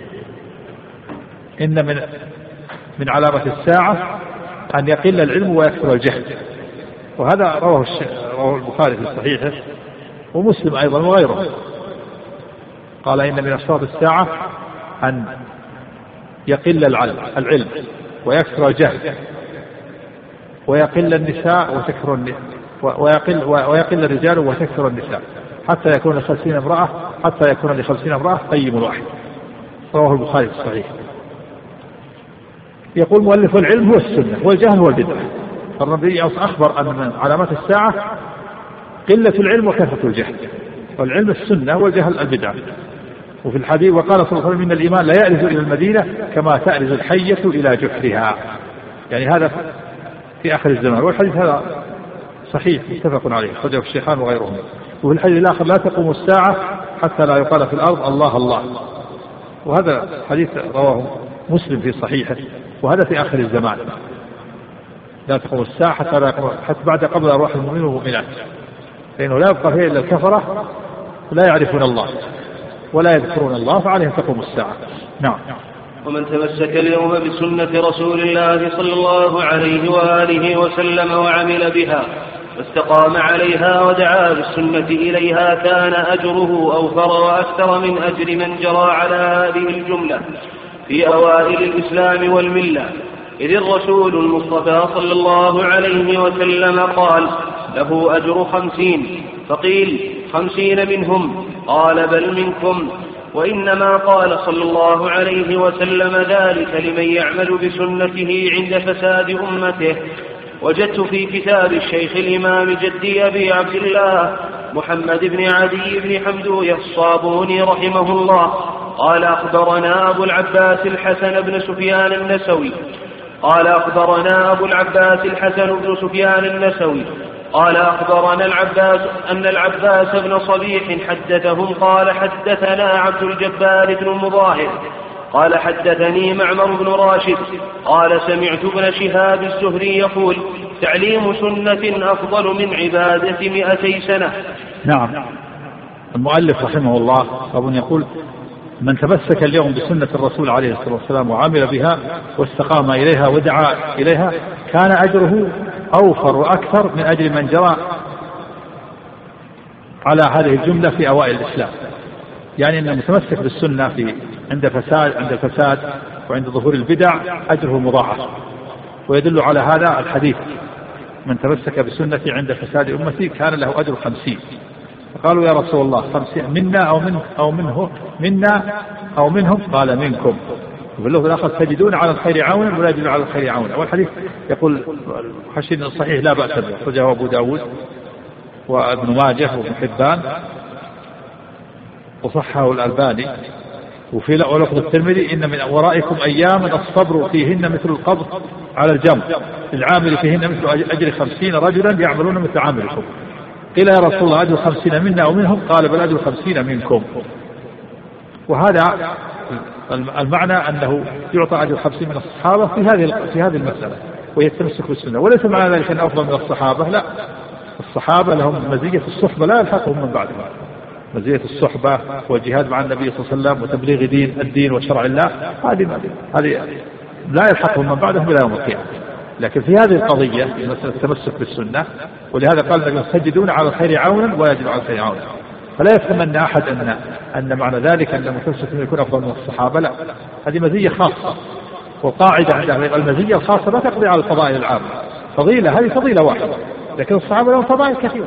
إن من من علامة الساعة أن يقل العلم ويكثر الجهل. وهذا رواه رواه البخاري في صحيحه ومسلم أيضا وغيره. قال: إن من أشراط الساعة أن يقل العلم ويكثر الجهل ويقل النساء وتكثر ويقل ويقل الرجال وتكثر النساء، حتى يكون لخمسين امرأة حتى يكون لخمسين امرأة طيب واحد. رواه البخاري في الصحيح. يقول مؤلف: العلم هو السنة والجهل هو البدعة. فالنبي أخبر أن من علامات الساعة قلة العلم وكثرة الجهل، والعلم السنة والجهل البدعة. وفي الحديث وقال صلى الله عليه وسلم: إن الإيمان لا يأرز إلى المدينة كما تأرز الحية إلى جحرها. يعني هذا في آخر الزمان، والحديث هذا صحيح متفق عليه، خرجه الشيخان وغيرهم. وفي الحديث الآخر: لا تقوم الساعة حتى لا يقال في الأرض الله الله. وهذا حديث رواه مسلم في صحيحه، وهذا في آخر الزمان. لا تقوم الساعة حتى, لا يقوم حتى بعد قبل أرواح المؤمنين والمؤمنات، لأنه لا يبقى فيه إلا الكفرة لا يعرفون الله ولا يذكرون الله، فعليهم تقوم الساعة. نعم. ومن تمسك اليوم بسنة رسول الله صلى الله عليه وآله وسلم وعمل بها واستقام عليها ودعا بالسنة إليها كان أجره أوفر وأكثر من أجر من جرى على هذه الجملة في أوائل الإسلام والملة، إذ الرسول المصطفى صلى الله عليه وسلم قال: له أجر خمسين. فقيل: خمسين منهم؟ قال: بل منكم. وإنما قال صلى الله عليه وسلم ذلك لمن يعمل بسنته عند فساد أمته. وجدت في كتاب الشيخ الإمام جدي أبي عبد الله محمد بن عدي بن حمدوية الصابوني رحمه الله قال: أخبرنا أبو العباس الحسن بن سفيان النسوي قال أخبرنا أبو العباس الحسن بن سفيان النسوي قال أخبرنا العباس أن العباس بن صبيح حدثهم قال حدثنا عبد الجبار بن المظاهر قال حدثني معمر بن راشد قال سمعت ابن شهاب الزهري يقول تعليم سنة أفضل من عبادة مئتي سنة. نعم. المؤلف رحمه الله أظن يقول من تمسك اليوم بسنة الرسول عليه الصلاة والسلام وعمل بها واستقام إليها ودعا إليها كان أجره أوفر وأكثر من أجر من جرى على هذه الجملة في أوائل الإسلام. يعني أن المتمسك بالسنة في عند فساد عند الفساد وعند ظهور البدع أجره مضاعف، ويدل على هذا الحديث من تمسك بسنتي عند فساد أمتي كان له أجر خمسين. فقالوا يا رسول الله خمسين منا أو من أو منه منا أو منهم؟ قال منكم. وفي اللفظ الآخر تجدون على الخير عونا ولا يجدون على الخير عونا. والحديث يقول حسن الصحيح لا بأس به، أخرجه أبو داود وابن ماجه وابن حبان وصححه الألباني. وفي لفظ الترمذي إن من ورائكم أياما الصبر فيهن مثل القبض على الجمر العامل فيهن مثل أجر خمسين رجلا يعملون مثل عاملكم. قيل يا رسول الله أجر خمسين منا أو منهم؟ قال بل أجر خمسين منكم. وهذا المعنى أنه يعطى أجر خمسين من الصحابة في هذه في هذه المسألة وهي التمسك بالسنة، وليس معنى ذلك أن أفضل من الصحابة، لا، الصحابة لهم مزية الصحبة لا يلحقهم من بعدهم، مزية الصحبة والجهاد مع النبي صلى الله عليه وسلم وتبليغ دين الدين وشرع الله، هذه هذه لا يلحقهم من بعدهم إلى يوم القيامة. لكن في هذه القضية مسألة التمسك بالسنة، ولهذا قال النبي تجدون على الخير عونا ولا يجد على الخير عونا. فلا يتمنى أحد أن أن معنى ذلك أن المتمسك يكون أفضل من الصحابة، لا، هذه مزية خاصة، وقاعدة عند المزية الخاصة لا تقضي على الفضائل العامة. فضيلة هذه فضيلة واحدة، لكن الصحابة لهم فضائل كثيرة.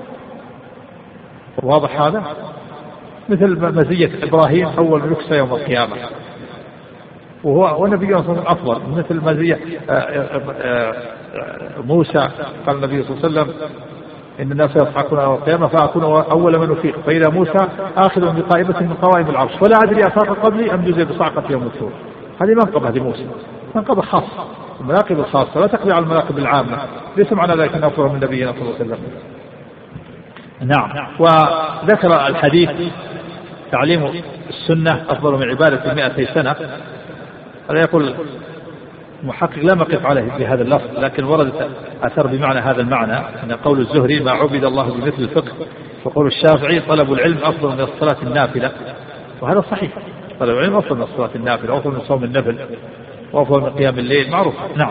واضح هذا؟ مثل مزية إبراهيم أول من يكسى يوم القيامة، وهو ونبي صلى الله عليه وسلم أفضل. مثل مزية موسى قال النبي صلى الله عليه وسلم إن الناس يضحكون يوم القيامة فأكون أول من أفيق، فإذا موسى آخذ بقائمة من قوائم العرش ولا أدري أفاق قبلي أم جزء بصعقة يوم الثور. هذه منقبة هذه موسى، منقبة خاصة، المناقب الخاصة لا تقضي على المناقب العامة. ليس معنى ذلك أن أفضل من نبينا صلى الله عليه وسلم. نعم. وذكر الحديث تعليم السنة أفضل من عبادة مئتي سنة. هذا يقول محقق لا مقف عليه بهذا اللفظ، لكن وردت أثر بمعنى هذا المعنى، أن قول الزهري ما عبد الله بمثل الفقه، وقول الشافعي طلب العلم أفضل من الصلاة النافلة. وهذا صحيح، طلب العلم أفضل من الصلاة النافلة وأفضل من صوم النفل وأفضل من قيام الليل، معروف. نعم.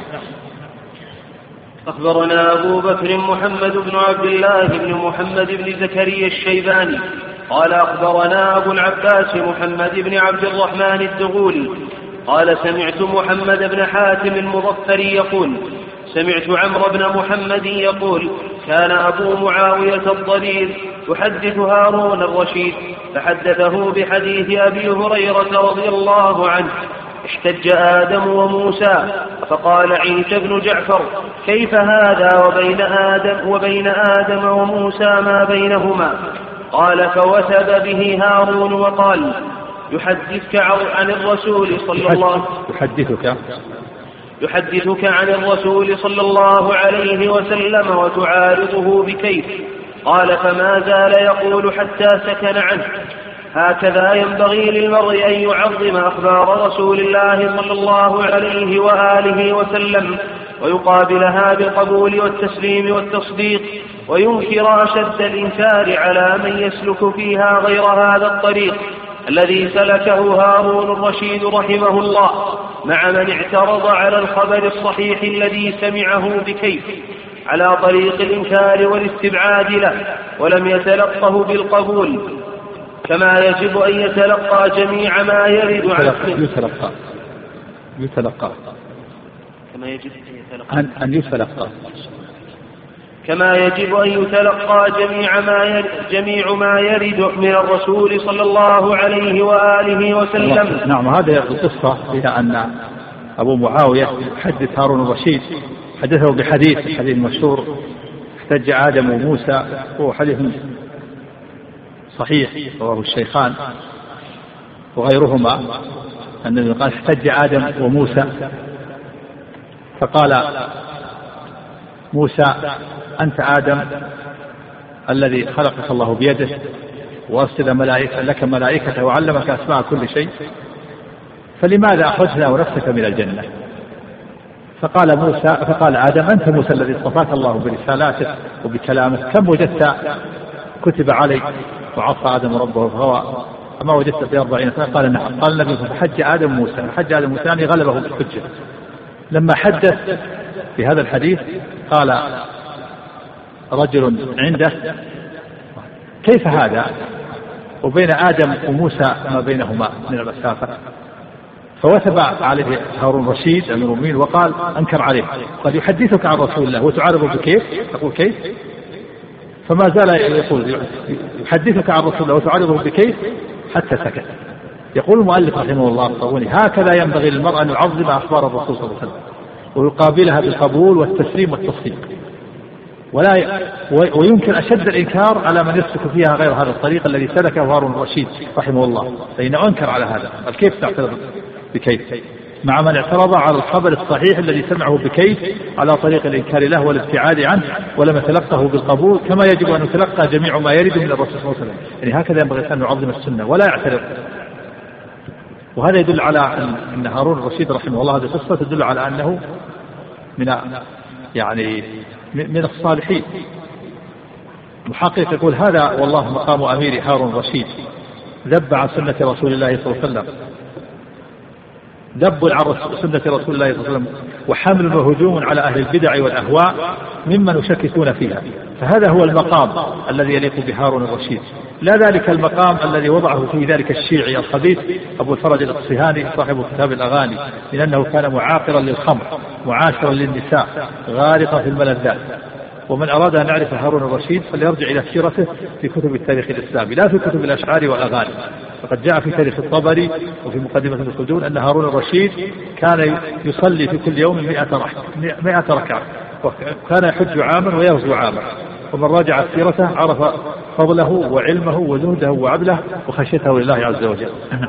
أخبرنا أبو بكر محمد بن عبد الله بن محمد بن زكريا الشيباني قال أخبرنا أبو العباس محمد بن عبد الرحمن الدغولي قال سمعت محمد بن حاتم المظفري يقول سمعت عمرو بن محمد يقول كان أبو معاوية الضرير يحدث هارون الرشيد فحدثه بحديث أبي هريرة رضي الله عنه احتج آدم وموسى فقال عيسى بن جعفر كيف هذا وبين آدم وبين آدم وموسى ما بينهما؟ قال فوثب به هارون وقال يحدثك عن الرسول صلى الله يحدثك يحدثك عن الرسول صلى الله عليه وسلم وتعارضه بكيف؟ قال فما زال يقول حتى سكن عنه. هكذا ينبغي للمرء أن يعظم أخبار رسول الله صلى الله عليه وآله وسلم ويقابلها بالقبول والتسليم والتصديق، وينكر أشد الإنكار على من يسلك فيها غير هذا الطريق الذي سلكه هارون الرشيد رحمه الله مع من اعترض على الخبر الصحيح الذي سمعه بكيف على طريق الإنكار والاستبعاد له ولم يتلقه بالقبول، كما يجب أن يتلقى جميع ما يرد عنه. يتلقى يتلقى كما يجب أن يتلقى أن يتلقى كما يجب أن يتلقى جميع ما يرد, جميع ما يرد من الرسول صلى الله عليه وآله وسلم. نعم. هذه القصة فيها أن أبو معاوية حدث هارون الرشيد حدثه بحديث حديث مشهور احتج آدم وموسى، هو حديث صحيح رواه الشيخان وغيرهما أن قال احتج آدم وموسى فقال موسى أنت آدم الذي خلقك الله بيده وأرسل ملائكة لك ملائكة وعلمك أسماء كل شيء، فلماذا أخرجنا ونفسك من الجنة؟ فقال موسى فقال آدم أنت موسى الذي اصطفاك الله برسالاته وبكلامه، كم وجدت كتب عليك وعصى آدم ربه فهو أما وجدت في أربعين سنة؟ قال نعم. قال النبي فحج آدم موسى، فحج آدم موسى يعني غلبه بالحجة. لما حدث في هذا الحديث قال رجل عنده كيف هذا وبين آدم وموسى ما بينهما من المسافة؟ فوثب عليه هارون رشيد أمير المؤمنين وقال أنكر عليه، قد يحدثك عن رسول الله وتعارضه بكيف؟ تقول كيف؟ فما زال يقول يحدثك عن رسول الله وتعارضه بكيف حتى سكت. يقول المؤلف رحمه الله الطاغوني هكذا ينبغي للمرء أن يعظم أخبار الرسول صلى الله عليه وسلم ويقابلها بالقبول والتسليم والتصديق، ولا ي... ويمكن أشد الإنكار على من يسلك فيها غير هذا الطريق الذي سلكه هارون الرشيد رحمه الله، فإنه أنكر على هذا. قال كيف تعترض بكيف؟ مع من اعترض على الخبر الصحيح الذي سمعه بكيف على طريق الإنكار له والابتعاد عنه ولم يتلقه بالقبول كما يجب أن يتلقى جميع ما يرد من الرسول صلى الله عليه وسلم. يعني هكذا ينبغي أن نعظم السنة ولا يعترض. وهذا يدل على أن هارون الرشيد رحمه الله هذه قصة تدل على أنه من يعني من الصالحين. محقق يقول هذا والله مقام أمير هارون الرشيد، ذب عن سنة رسول الله صلى الله عليه وسلم، ذب عن سنة رسول الله صلى الله عليه وسلم وحمل وهجوم على أهل البدع والأهواء ممن يشككون فيها، فهذا هو المقام الذي يليق بهارون الرشيد، لا ذلك المقام الذي وضعه في ذلك الشيعي الخبيث أبو الفرج الأصفهاني صاحب كتاب الأغاني، من أنه كان معاقرا للخمر معاشرا للنساء غارقا في الملذات. ومن أراد أن يعرف هارون الرشيد فليرجع إلى سيرته في كتب التاريخ الإسلامي لا في كتب الأشعار والأغاني. فقد جاء في تاريخ الطبري وفي مقدمة ابن خلدون أن هارون الرشيد كان يصلي في كل يوم مئة ركعة وكان يحج عاما ويغزو عاما. ومن راجع سيرته عرف فضله وعلمه وزهده وعدله وخشيته لله عز وجل.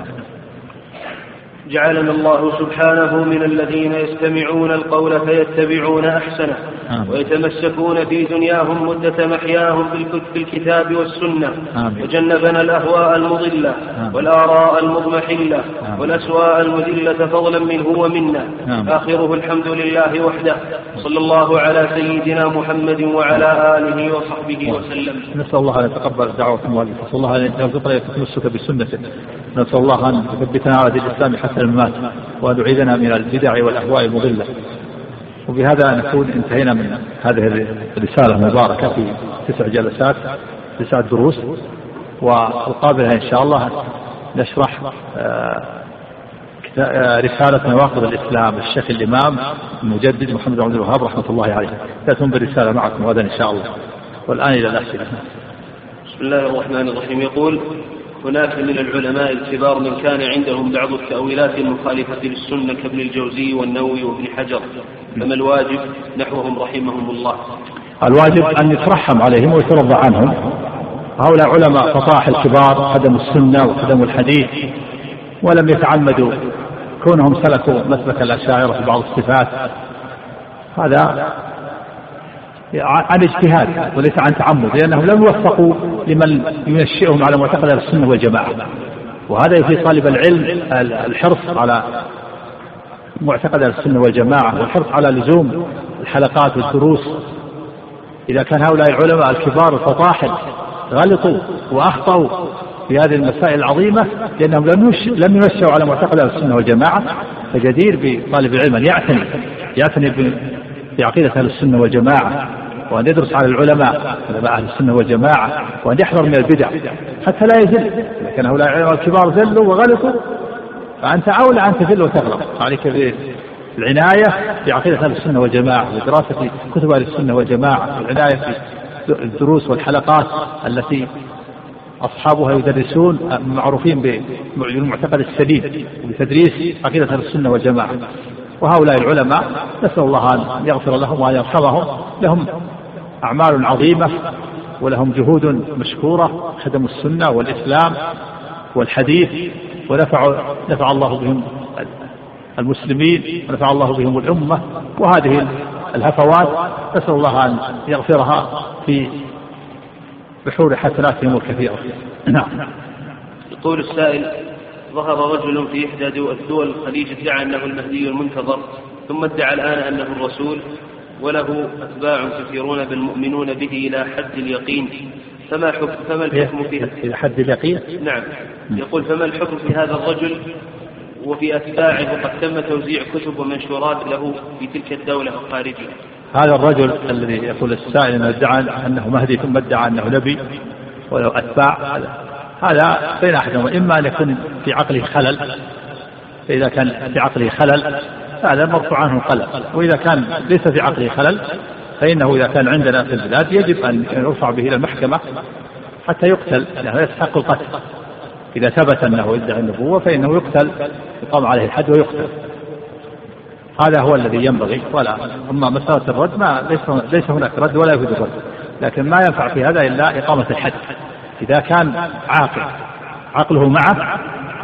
جعلنا الله سبحانه من الذين يستمعون القول فيتبعون أحسنه آمين. ويتمسكون في دنياهم مدة محياهم بالكتاب والسنة آمين. وجنبنا الأهواء المضلة آمين. والآراء المضمحلة آمين. والأسواء المذلة فضلا منه ومنا آمين. آخره الحمد لله وحده، صلى الله على سيدنا محمد وعلى آله وصحبه وسلم. نسأل الله أن يتقبل دعوة المؤلف، نسأل الله أن يرزقنا التمسك بسنته، نسأل الله أن يثبتنا على دين الإسلام حتى الممات وأن يعيذنا من البدع والأهواء المضلة. وبهذا نكون انتهينا من هذه الرسالة المباركة في تسع جلسات تسع دروس، والقابلة إن شاء الله نشرح رسالة نواقض الإسلام الشيخ الإمام المجدد محمد بن عبد الوهاب رحمة الله عليه. تأتون بالرسالة معكم غدا إن شاء الله. والآن إلى الأسئلة. بسم الله الرحمن الرحيم. يقول هناك من العلماء الكبار من كان عندهم بعض التأويلات المخالفة للسنة كابن الجوزي والنووي وابن حجر، فما الواجب نحوهم رحمهم الله؟ الواجب أن يترحم عليهم ويترضى عنهم. هؤلاء علماء فطاح الكبار خدموا السنة وخدموا الحديث ولم يتعمدوا كونهم سلكوا مسلك الأشاعرة في بعض الصفات، هذا عن اجتهاد وليس عن تعمد، لأنهم لم يوفقوا لمن ينشئهم على معتقد السنة والجماعة. وهذا يفيد طالب العلم الحرص على معتقد السنة والجماعة والحرص على لزوم الحلقات والدروس. إذا كان هؤلاء العلماء الكبار الفطاحل غلطوا وأخطأوا في هذه المسائل العظيمة لأنهم لم ينشئوا على معتقد السنة والجماعة، فجدير بطالب العلم أن يعتني يعتني بعقيدة أهل السنة والجماعة، وأن يدرس على العلماء علماء أهل السنة والجماعة، وأن يحذر من البدع حتى لا يزل. إذا كان هؤلاء العلماء الكبار زلوا وغلطوا فأنت أولى أن تزل وتغلط. عليك بالعناية بعقيدة أهل السنة والجماعة ودراسة كتب أهل السنة والجماعة، والعناية في الدروس والحلقات التي أصحابها يدرسون معروفين بالمعتقد السديد وبتدريس عقيدة أهل السنة والجماعة. وهؤلاء العلماء نسأل الله أن يغفر لهم وأن يرحمهم، لهم أعمال عظيمة ولهم جهود مشكورة، خدموا السنة والإسلام والحديث، ونفع نفع الله بهم المسلمين ونفع الله بهم الأمة. وهذه الهفوات نسأل الله أن يغفرها في بحور حسناتهم الكثيرة. نعم. يقول السائل: ظهر رجل في إحدى دول الخليج ادعى أنه المهدي المنتظر، ثم ادعى الآن أنه الرسول، وله أتباع كثيرون بالمؤمنون به إلى حد اليقين، فما حكم فما الحكم فيه؟ إلى حد اليقين؟ نعم. يقول: فما الحكم في هذا الرجل وفي أتباعه وقد تم توزيع كتب ومنشورات له في تلك الدولة الخارجية؟ هذا الرجل الذي يقول السائل أنه ادعى أنه مهدي ثم ادعى أنه نبي ولو أتباع، هذا بين أحدهما، إما أن يكون في عقله خلل، فإذا كان في عقله خلل هذا مرفوع عنه القلم، وإذا كان ليس في عقله خلل فإنه إذا كان عندنا في البلاد يجب أن يرفع به إلى المحكمة حتى يقتل، لأنه يستحق القتل. إذا ثبت أنه يدعي النبوة فإنه يقتل، يقام عليه الحد ويقتل. هذا هو الذي ينبغي. ولا أما مسألة الرد ما ليس, ليس هناك رد ولا يوجد رد، لكن ما ينفع في هذا إلا إقامة الحد. إذا كان عاقل عقله معه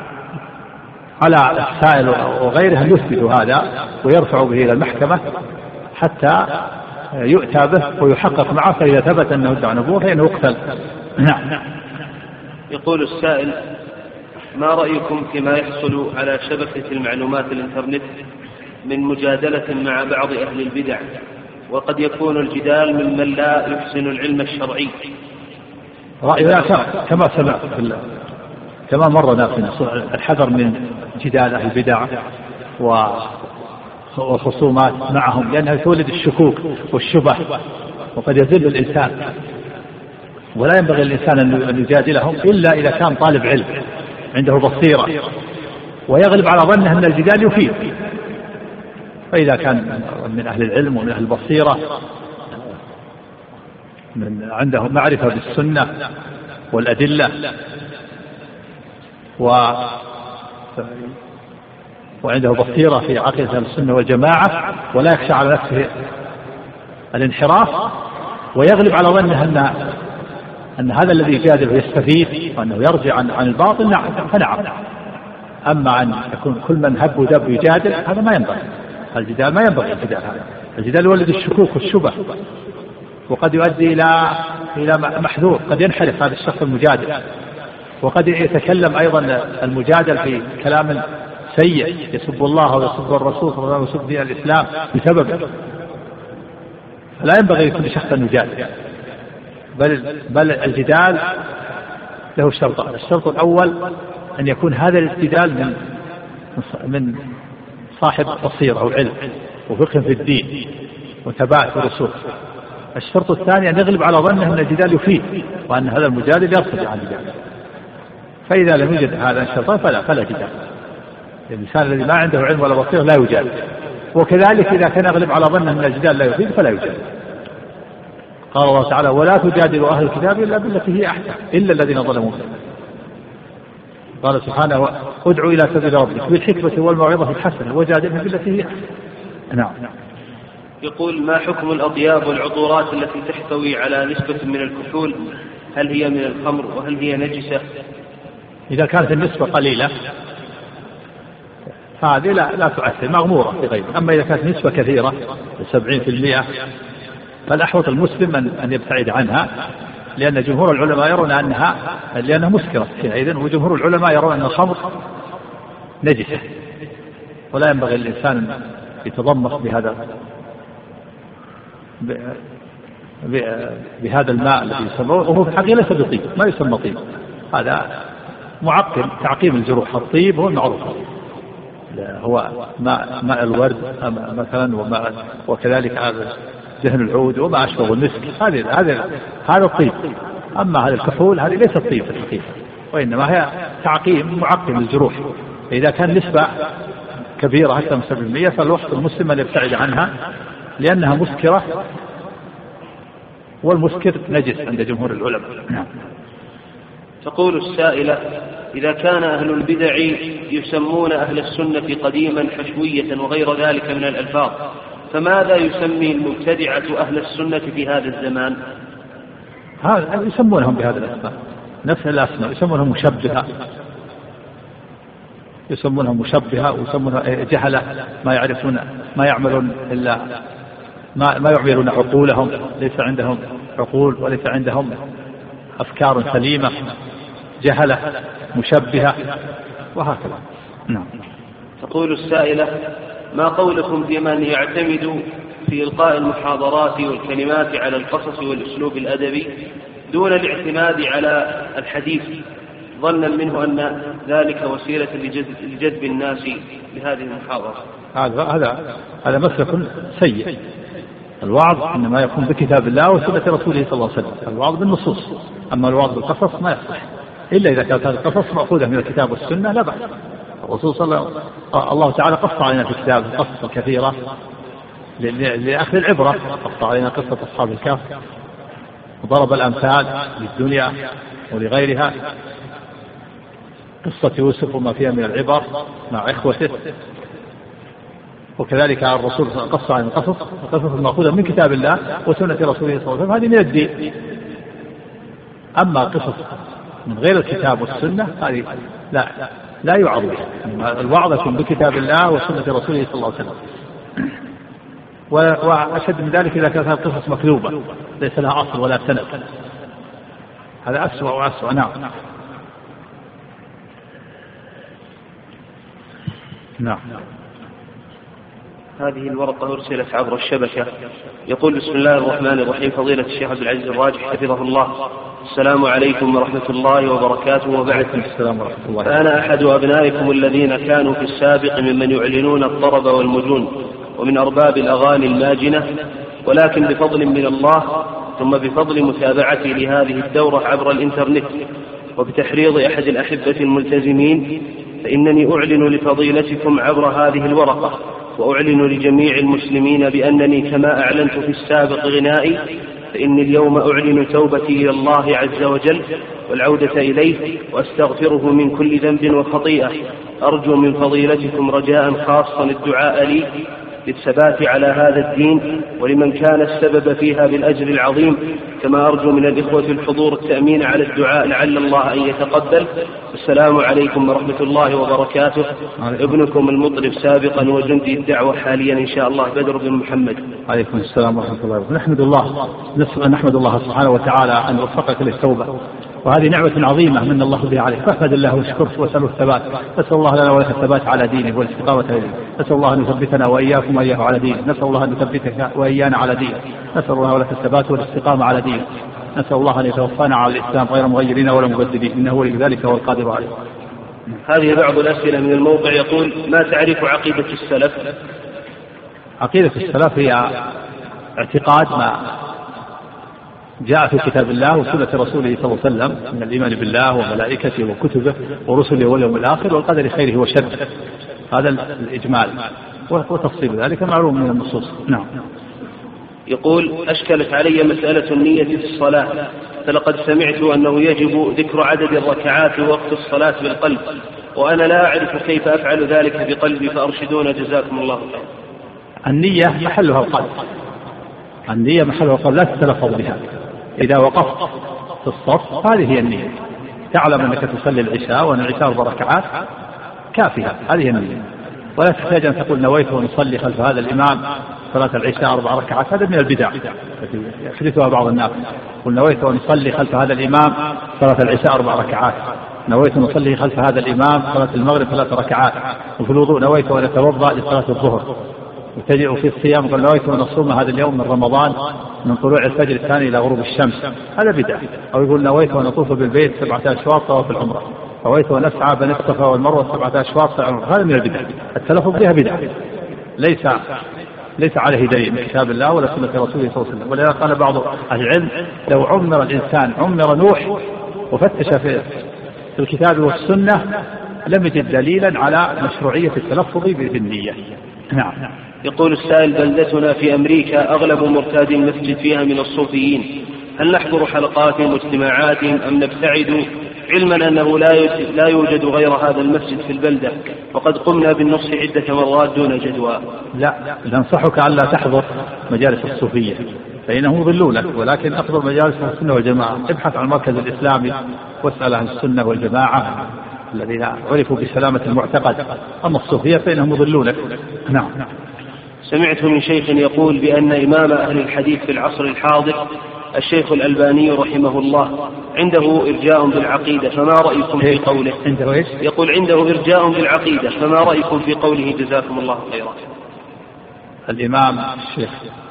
على السائل وغيره أن يثبتوا هذا ويرفعوا به إلى المحكمة حتى يؤتى به ويحقق معه، فإذا ثبت أنه ادعى نبوة فإنه يقتل. نعم. يقول السائل: ما رأيكم فيما يحصل على شبكة المعلومات الإنترنت من مجادلة مع بعض أهل البدع، وقد يكون الجدال ممن لا يحسن العلم الشرعي؟ رأينا كما سمعت كما مرنا في الحذر من جدال أهل البدع والخصومات معهم، لأنها تولد الشكوك والشبه وقد يذل الإنسان، ولا ينبغي الإنسان أن يجادلهم إلا إذا كان طالب علم عنده بصيرة ويغلب على ظنه أن الجدال يفيد. فإذا كان من أهل العلم ومن أهل البصيرة من عنده معرفة بالسنة والأدلة و وعنده بصيرة في عقيدة السنة والجماعة ولا يخشى على نفسه الانحراف ويغلب على ظنه أن أن هذا الذي يجادل يستفيد وأنه يرجع عن, عن الباطل، نعم فنعم. أما أن يكون كل من هب ودب يجادل هذا ما ينبغي. الجدال ما ينبغي الجدال، هذا الجدال يولد الشكوك والشبه وقد يؤدي إلى إلى محذور، قد ينحرف هذا الشخص المجادل، وقد يتكلم أيضا المجادل في كلام سيء يسب الله ويسب الرسول ويسب دين الإسلام بسببه. لا ينبغي لكل شخص أن يجادل، بل بل الجدال له شرطان. الشرط الأول أن يكون هذا الجدال من من صاحب بصيرة أو علم وفقه في الدين وثبات ورسوخ. الشرط الثاني أن يغلب على ظنه أن الجدال يفيد وأن هذا المجادل يرتفع عن الجدال. فإذا لم يوجد هذا الشرطان فلا فلا جدال. الإنسان الذي ما عنده علم ولا بصيرة لا يجادل، وكذلك إذا كان يغلب على ظنه أن الجدال لا يفيد فلا يجادل. قال الله تعالى: ولا تجادلوا أهل الكتاب إلا بالتي هي أحسن إلا الذين ظلموا. قال سبحانه: ادعوا إلى سبيل ربك بالحكمة والموعظة الحسنة وجادلهم بالتي هي أحسن. نعم. يقول: ما حكم الأطياب والعطورات التي تحتوي على نسبة من الكحول؟ هل هي من الخمر وهل هي نجسة؟ إذا كانت النسبة قليلة هذه لا, لا تؤثر، مغمورة في غيره. أما إذا كانت نسبة كثيرة سبعين في المئة فالأحوط المسلم أن يبتعد عنها، لأن جمهور العلماء يرون أنها لأنها مسكرة حينئذ، وجمهور العلماء يرون أن الخمر نجسة ولا ينبغي الإنسان أن يتضمس بهذا بهذا الماء الذي يسموه، وهو في الحقيقة ليس بطيب، ما يسمى طيب، هذا معقم تعقيم الجروح. الطيب هو المعروف، هو ماء ماء الورد مثلا، وماء وكذلك هذا دهن العود وما أشبه المسك، هذا هذا هذا الطيب. أما هذا الكحول هذه ليست طيب في الحقيقة، وإنما هي تعقيم معقم الجروح. إذا كان نسبة كبيرة أكثر من سبعين بالمئة فالوقت المسلم أن يبتعد عنها لأنها مسكرة، والمسكر نجس عند جمهور العلماء. تقول السائلة: إذا كان أهل البدع يسمون أهل السنة قديما حشوية وغير ذلك من الألفاظ، فماذا يسمي المبتدعة أهل السنة في هذا الزمان؟ هذا يسمونهم بهذا الأسماء، نفس الأسماء، يسمونهم مشبهة، يسمونهم مشبهة ويسمونهم جهلة ما يعرفون ما يعملون إلا ما ما يعملون عقولهم، ليس عندهم عقول وليس عندهم أفكار سليمة، جهلة مشبهة وهكذا. نعم. تقول السائلة: ما قولكم في من يعتمد في إلقاء المحاضرات والكلمات على القصص والأسلوب الأدبي دون الاعتماد على الحديث، ظنا منه أن ذلك وسيلة لجذب الناس لهذه المحاضرة؟ هذا هذا هذا مسلك سيء. الوعظ إنما يكون بكتاب الله وسنة رسوله صلى الله عليه وسلم، الوعظ بالنصوص. أما الوعظ بالقصص ما يصح إلا إذا كانت هذه القصص مأخوذة من الكتاب والسنة لا بأس. الرسول صلى الله عليه وسلم الله تعالى قص علينا في كتاب قصص كثيرة لأخذ العبرة، قص علينا قصة أصحاب الكهف وضرب الأمثال للدنيا ولغيرها، قصة يوسف وما فيها من العبر مع إخوته، وكذلك الرسول قص عن القصص القصص المأخوذة من كتاب الله وسنة رسوله صلى الله عليه وسلم، هذه من الدين. أما قصص من غير الكتاب والسنة هذه لا لا يعظ بها. الوعظ يكون بكتاب الله وسنة رسوله صلى الله عليه وسلم. وأشد من ذلك إذا كانت القصص مكذوبة ليس لها أصل ولا سند، هذا أسوأ وأسوأ. نعم. نعم. هذه الورقة أرسلت عبر الشبكة. يقول: بسم الله الرحمن الرحيم. فضيلة الشيخ عبد العزيز الراجح حفظه الله، السلام عليكم ورحمة الله وبركاته. وبعد، السلام ورحمة الله. أنا أحد أبنائكم الذين كانوا في السابق ممن يعلنون الطرب والمجون ومن أرباب الأغاني الماجنة، ولكن بفضل من الله ثم بفضل متابعتي لهذه الدورة عبر الإنترنت وبتحريض أحد الأحبة الملتزمين، فإنني أعلن لفضيلتكم عبر هذه الورقة، وأعلن لجميع المسلمين بأنني كما أعلنت في السابق غنائي، فإني اليوم أعلن توبتي إلى الله عز وجل والعودة إليه، وأستغفره من كل ذنب وخطيئة. أرجو من فضيلتكم رجاء خاصا الدعاء لي للثبات على هذا الدين ولمن كان السبب فيها بالأجر العظيم، كما أرجو من الإخوة الحضور التأمين على الدعاء لعل الله أن يتقبل. السلام عليكم ورحمة الله وبركاته. ابنكم المطرب سابقا وجندي الدعوة حاليا إن شاء الله بدر بن محمد. عليكم السلام ورحمة الله وبركاته. نحمد الله نحمد الله سبحانه وتعالى أن وفقك للتوبة، وهذه نعمة عظيمة من الله بها عليك، فاحمد الله واشكره واسأله الثبات. نسأل الله لنا ولك الثبات على دينه والاستقامة إليه. نسأل الله أن يثبتنا وإياكم وإياه على دينه. نسأل الله أن يثبتك وإيانا على دينه. نسأل الله ولك الثبات والاستقامة على دينه. نسأل الله أن يتوفانا على الإسلام غير مغيرين ولا مبدلين، إنه ولي ذلك هو القادر عليه. هذه بعض الأسئلة من الموقع. يقول: ما تعرف عقيدة السلف؟ عقيدة السلف هي اعتقاد ما جاء في كتاب الله وسنة رسوله صلى الله عليه وسلم من الإيمان بالله وملائكته وكتبه ورسله واليوم الآخر والقدر خيره وشره. هذا الإجمال، وتفصيل ذلك معلوم من النصوص. نعم. يقول: أشكلت علي مسألة النية في الصلاة، فلقد سمعت أنه يجب ذكر عدد الركعات وقت الصلاة بالقلب، وأنا لا أعرف كيف أفعل ذلك بقلبي، فأرشدون جزاكم الله خيرا. النية محلها القلب، النية محلها القلب، لا تتلفظ بها. إذا وقفت في الصف هذه هي النية، تعلم أنك تصلي العشاء وأن العشاء أربع ركعات كافية، هذه النية، ولا تحتاج أن تقول نويت ونصلي خلف هذا الإمام صلاة العشاء أربع ركعات، هذا من البدع التي يحدثها بعض الناس. قل نويت ونصلي خلف هذا الإمام صلاة العشاء أربع ركعات، نويت ونصلي خلف هذا الإمام صلاة المغرب ثلاث ركعات، وفي الوضوء نويت وأن أتوضأ لصلاة الظهر، وتجئ في الصيام قل نويت أن أصوم هذا اليوم من رمضان من طلوع الفجر الثاني إلى غروب الشمس، هذا بدعة. أو يقول نويت أن أطوف بالبيت سبعة أشواط طواف العمرة، نويت أن أسعى بين الصفا والمروة سبعة أشواط، هذا من البدع، التلفظ بها بدعة، ليس ليس عليه دليل من كتاب الله ولا سنة رسوله صلى الله عليه وسلم. ولذا قال بعض أهل العلم: لو عمر الإنسان عمر نوح وفتش في الكتاب والسنة لم يجد دليلا على مشروعية التلفظ بالنية. نعم. يقول السائل: بلدتنا في أمريكا أغلب مرتاد المسجد فيها من الصوفيين، هل نحضر حلقاتهم واجتماعاتهم أم نبتعد، علما أنه لا يوجد غير هذا المسجد في البلدة، وقد قمنا بالنصح عدة مرات دون جدوى؟ لا، ننصحك ألا تحضر مجالس الصوفية فإنهم يضلونك، ولكن أحضر مجالس السنة والجماعة، ابحث عن المركز الإسلامي واسأل عن السنة والجماعة الذين عرفوا بسلامة المعتقد، أما الصوفية فإنهم يضلونك. نعم. سمعت من شيخ يقول بأن إمام أهل الحديث في العصر الحاضر الشيخ الألباني رحمه الله عنده إرجاء بالعقيدة، فما رأيكم في قوله؟ عنده إيش؟ يقول عنده إرجاء بالعقيدة، فما رأيكم في قوله جزاكم الله خيرا؟ الإمام الشيخ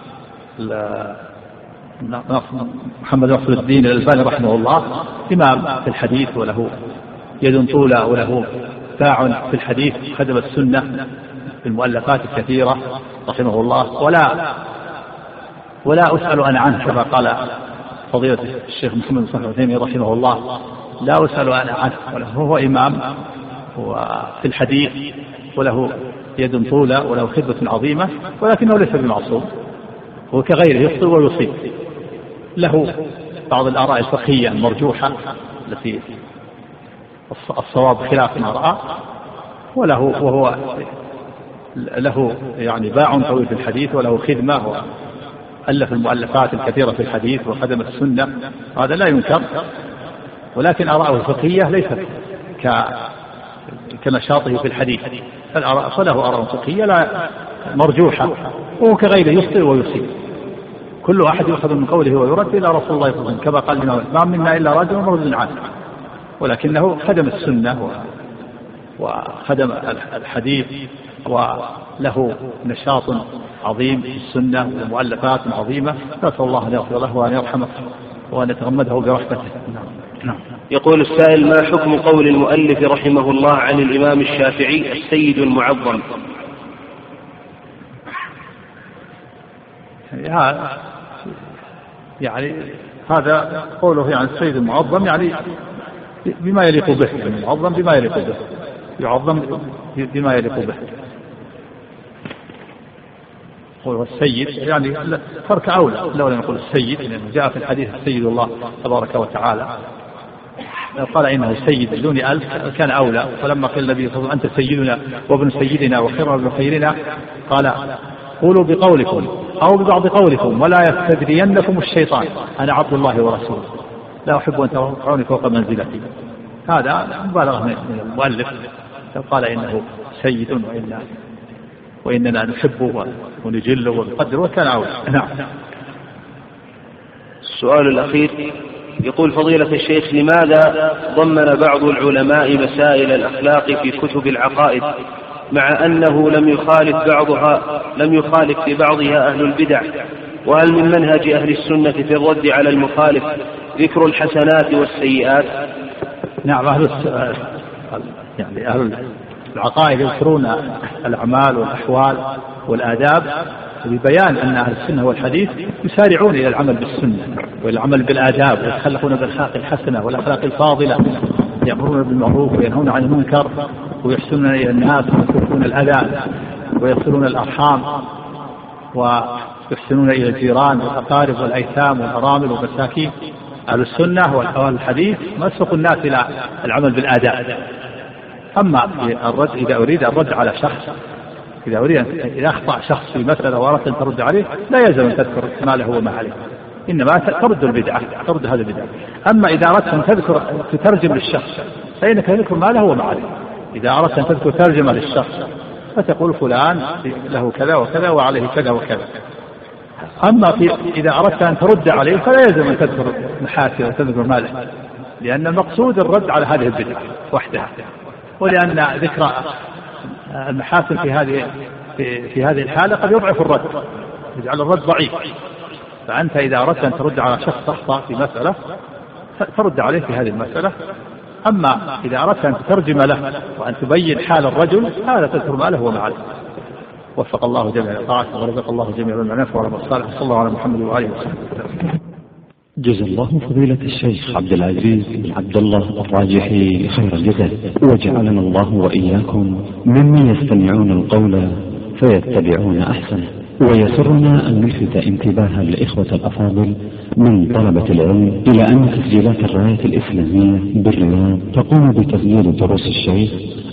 محمد ناصر الدين الألباني رحمه الله إمام في الحديث، وله يد طولة وله باع في الحديث، خدم السنة بالمؤلفات الكثيرة رحمه الله، ولا ولا أسأل أنا عنه كما قال فضيلة الشيخ محمد صالح العثيمين رحمه الله، لا أسأل أنا عنه، وهو إمام في الحديث وله يد طولة وله خدمة عظيمة، ولكنه ليس بمعصوم، هو كغيره يخطئ ويصيب، له بعض الآراء الفقهية المرجوحة التي الصواب خلاف ما رأى، وله وهو له يعني باع طويل في الحديث وله خدمة وألف المؤلفات الكثيرة في الحديث وخدم السنة، هذا لا ينكر، ولكن آراءه الفقهية ليست كنشاطه في الحديث، فله آراء فقهية لا مرجوحة، وهو كغيره يخطئ ويصيب، كل أحد يأخذ من قوله ويرد إلى رسول الله صلى الله عليه وسلم، كما قال لنا ما منا إلا رجل مرد عنه، ولكنه خدم السنة وخدم الحديث وله نشاط عظيم في السنة ومؤلفات عظيمة، نسأل الله أن يغفر له وأن يرحمه وأن يتغمده برحمته. نعم. يقول السائل: ما حكم قول المؤلف رحمه الله عن الإمام الشافعي السيد المعظم؟ يعني هذا قوله يعني السيد المعظم يعني بما يليق به، يعني المعظم بما يليق به، يعظم بما يليق به، هو السيد يعني فرق أولى لو لم يقول السيد، لأنه جاء في الحديث السيد الله تبارك وتعالى، لو قال إنه سيد بدون ألف كان أولى، فلما قال النبي صلى الله عليه وسلم أنت سيدنا وابن سيدنا وخير ابن خيرنا، قال قولوا بقولكم أو ببعض قولكم ولا يستدرينكم الشيطان، أنا عبد الله ورسوله لا أحب أن ترفعوني فوق منزلتي. هذا مبالغة من المؤلف، لو قال إنه سيد وإن وإننا نحبه ونجله ونقدره وكان أولى. نعم. السؤال الأخير يقول: فضيلة الشيخ، لماذا ضمن بعض العلماء مسائل الأخلاق في كتب العقائد مع أنه لم يخالف بعضها لم يخالف في بعضها أهل البدع؟ وهل من منهج أهل السنة في الرد على المخالف ذكر الحسنات والسيئات؟ نعم، أهل يعني أهل العقائد يذكرون الأعمال والأحوال والآداب ببيان أن أهل السنة والحديث يسارعون إلى العمل بالسنة والعمل بالآداب، ويتخلقون بالأخلاق الحسنة والأخلاق الفاضلة، يأمرون بالمعروف وينهون عن المنكر ويحسنون إلى الناس ويكفون الأذى ويصلون الأرحام ويحسنون إلى الجيران والأقارب والأيتام والأرامل والمساكين. أهل السنة والحديث مسوق الناس إلى العمل بالآداب. أما الرد إذا أريد الرد على شخص، إذا أريد إذا أخطأ شخص في مسألة وأردت أن ترد عليه لا يلزم أن تذكر ما له وما عليه، إنما ترد البدعة، ترد هذا البدعة. أما إذا أردت أن تذكر تترجم للشخص فإنك تذكر ما له وما عليه. إذا أردت أن تذكر ترجمة للشخص فتقول فلان له كذا وكذا وعليه كذا وكذا. أما في إذا أردت أن ترد عليه فلا يلزم أن تذكر محاسن وتذكر ما له، لأن المقصود الرد على هذه البدعة وحدها، ولأن ذكر المحاسن في هذه في, في هذه الحالة قد يضعف الرد، يجعل الرد ضعيف. فأنت إذا أردت أن ترد على شخص أخطأ في مسألة ترد عليه في هذه المسألة. أما إذا أردت أن تترجم له وأن تبين حال الرجل هذا تذكر ما له وما عليه. وفق الله جميع طاعته ورزق الله جميع المنافع والعمل الصالح. صلى الله على محمد وآله وسلم. جزا الله فضيلة الشيخ عبد العزيز بن عبد الله الراجحي خير الجزاء، وجعلنا الله وإياكم ممن يستمعون القول فيتبعون أحسنه. ويسرنا أن نلفت انتباه الإخوة الأفاضل من طلبة العلم إلى أن تسجيلات الراية الإسلامية بالرياض تقوم بتسجيل دروس الشيخ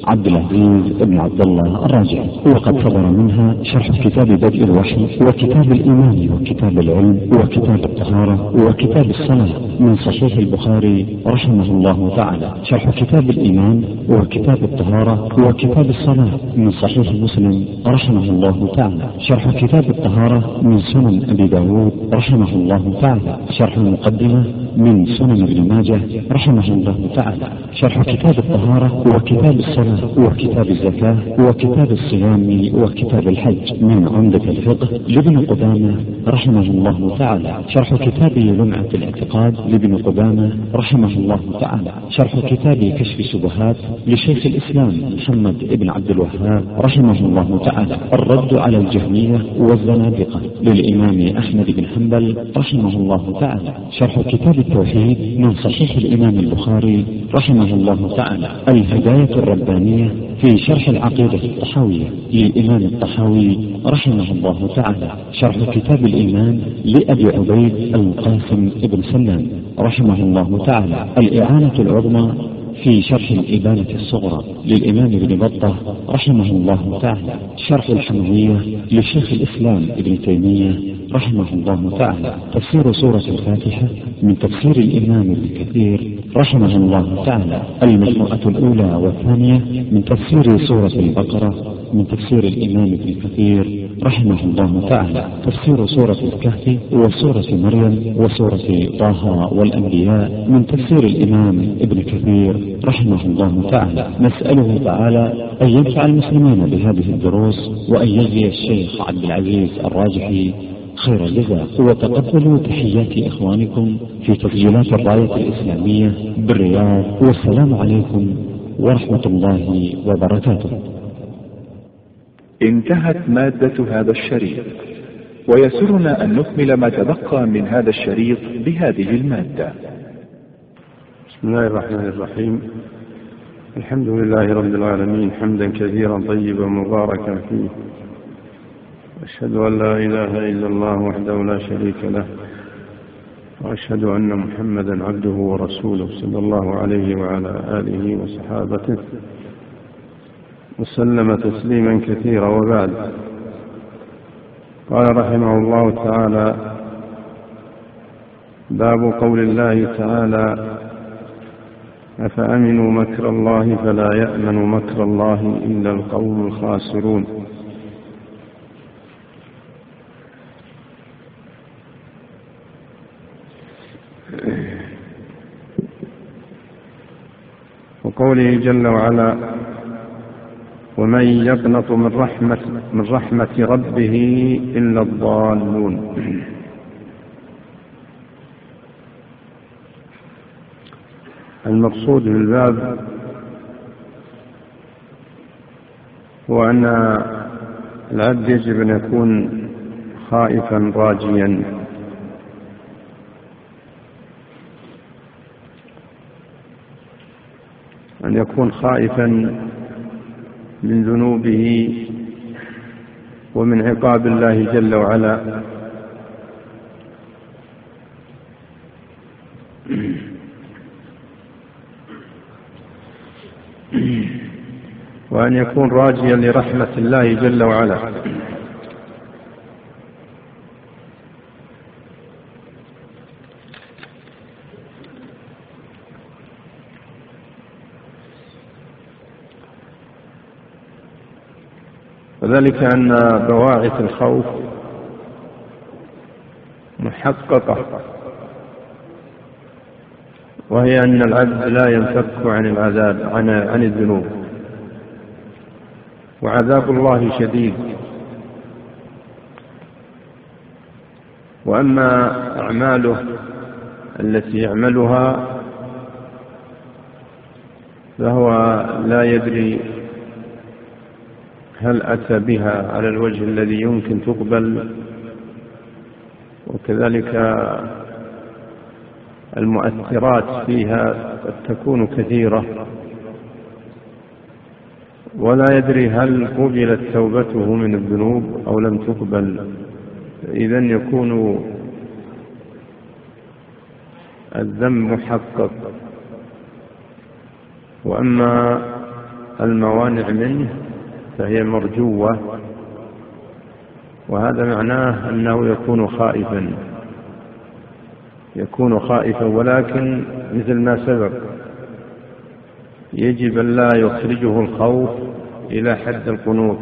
عبد العزيز بن عبد الله الراجحي، وقد صدر منها شرح كتاب بدء الوحي وكتاب الإيمان وكتاب العلم وكتاب الطهارة وكتاب الصلاة من صحيح البخاري رحمه الله تعالى، شرح كتاب الإيمان وكتاب الطهارة وكتاب الصلاة من صحيح مسلم رحمه الله تعالى، شرح كتاب الطهارة من سنن أبي داود رحمه الله تعالى، شرح المقدمة من سنن ابن ماجه رحمه الله تعالى، شرح كتاب الطهارة وكتاب الصلاة وكتاب الزكاة وكتاب الصيام وكتاب الحج من عمدة الفقه لابن قدامة رحمه الله تعالى، شرح كتاب لمعة الاعتقاد لابن قدامة رحمه الله تعالى، شرح كتاب كشف الشبهات لشيخ الإسلام محمد بن عبد الوهاب رحمه الله تعالى، الرد على الجهمية والزنادقة للإمام أحمد بن حنبل رحمه الله تعالى، شرح كتاب التوحيد من صحيح الإمام البخاري رحمه الله تعالى، الهداية الربانية في شرح العقيدة الطحاوية للإمام الطحاوي رحمه الله تعالى، شرح كتاب الإيمان لأبي عبيد القاسم بن سلام رحمه الله تعالى، الإعانة العظمى في شرح الإبانة الصغرى للإمام ابن بطة رحمه الله تعالى، شرح الحموية لشيخ الإسلام ابن تيمية رحمه الله تعالى، تفسير سورة الفاتحة من تفسير الإمام ابن كثير رحمه الله تعالى، المجموعة الأولى والثانية من تفسير سورة البقرة من تفسير الإمام ابن كثير رحمه الله تعالى، تفسير سورة الكهف وسورة مريم وسورة طه والأنبياء من تفسير الإمام ابن كثير رحمه الله تعالى. نسأله تعالى أن ينفع المسلمين بهذه الدروس وأن يجزي الشيخ عبد العزيز الراجحي خير الجزاء، وتقبلوا تحيات إخوانكم في تسجيلات الراية الإسلامية بالرياض، والسلام عليكم ورحمة الله وبركاته. انتهت مادة هذا الشريط، ويسرنا أن نكمل ما تبقى من هذا الشريط بهذه المادة. بسم الله الرحمن الرحيم. الحمد لله رب العالمين، حمدا كثيرا طيبا مباركا فيه، أشهد أن لا إله إلا الله وحده لا شريك له، وأشهد أن محمدا عبده ورسوله صلى الله عليه وعلى آله وصحابته وسلم تسليما كثيرا. وبعد، قال رحمه الله تعالى: باب قول الله تعالى: أفأمنوا مكر الله فلا يأمن مكر الله إلا القوم الخاسرون. وقوله جل وعلا: ومن يقنط من رحمة, من رحمة ربه إلا الضالون. المقصود بالباب هو أن العبد يجب أن يكون خائفا راجيا، أن يكون خائفا من ذنوبه ومن عقاب الله جل وعلا، وأن يكون راجيا لرحمة الله جل وعلا. وذلك أن بواعث الخوف محققة، وهي أن العبد لا ينفك عن العذاب عن, عن الذنوب، وعذاب الله شديد. وأما أعماله التي يعملها فهو لا يدري هل أتى بها على الوجه الذي يمكن تقبل، وكذلك المؤثرات فيها قد تكون كثيرة، ولا يدري هل قبلت توبته من الذنوب أو لم تقبل. إذن يكون الذنب محقق. وأما الموانع منه فهي مرجوة، وهذا معناه أنه يكون خائفا يكون خائفا ولكن مثل ما سبق يجب أن لا يخرجه الخوف إلى حد القنوط،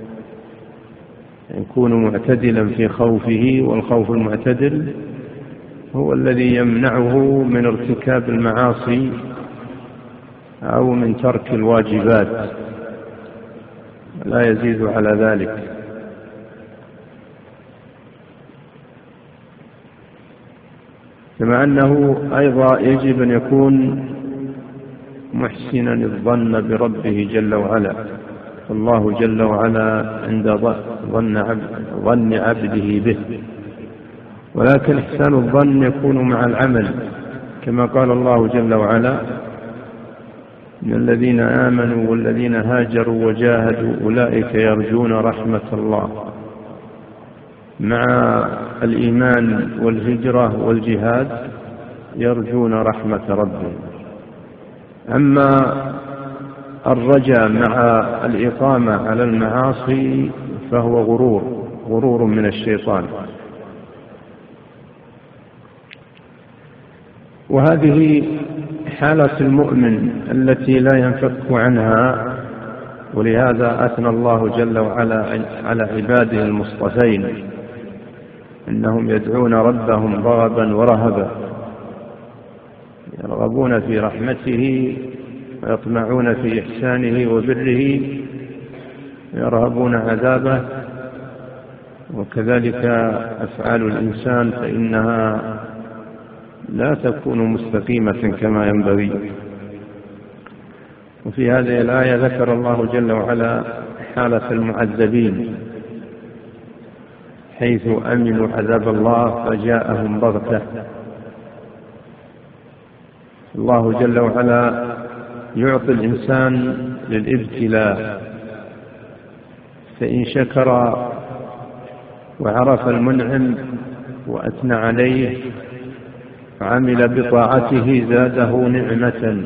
يكون معتدلا في خوفه، والخوف المعتدل هو الذي يمنعه من ارتكاب المعاصي أو من ترك الواجبات، لا يزيد على ذلك. كما أنه أيضا يجب أن يكون محسنا الظن بربه جل وعلا، الله جل وعلا عند ظن ظن عبده به، ولكن إحسان الظن يكون مع العمل، كما قال الله جل وعلا: إن الذين آمنوا والذين هاجروا وجاهدوا أولئك يرجون رحمة الله. مع الإيمان والهجرة والجهاد يرجون رحمة ربهم. أما الرجاء مع الإقامة على المعاصي فهو غرور غرور من الشيطان، وهذه حالة المؤمن التي لا ينفك عنها، ولهذا أثنى الله جل وعلا على عباده المصطفين إنهم يدعون ربهم رغبا ورهبا، يرغبون في رحمته ويطمعون في إحسانه وبره، ويرهبون عذابه. وكذلك أفعال الإنسان فإنها لا تكون مستقيمة كما ينبغي. وفي هذه الآية ذكر الله جل وعلا حالة المعذبين حيث أمنوا عذاب الله فجاءهم بغتة. الله جل وعلا يعطي الإنسان للابتلاء، فإن شكر وعرف المنعم وأثنى عليه وعمل بطاعته زاده نعمة،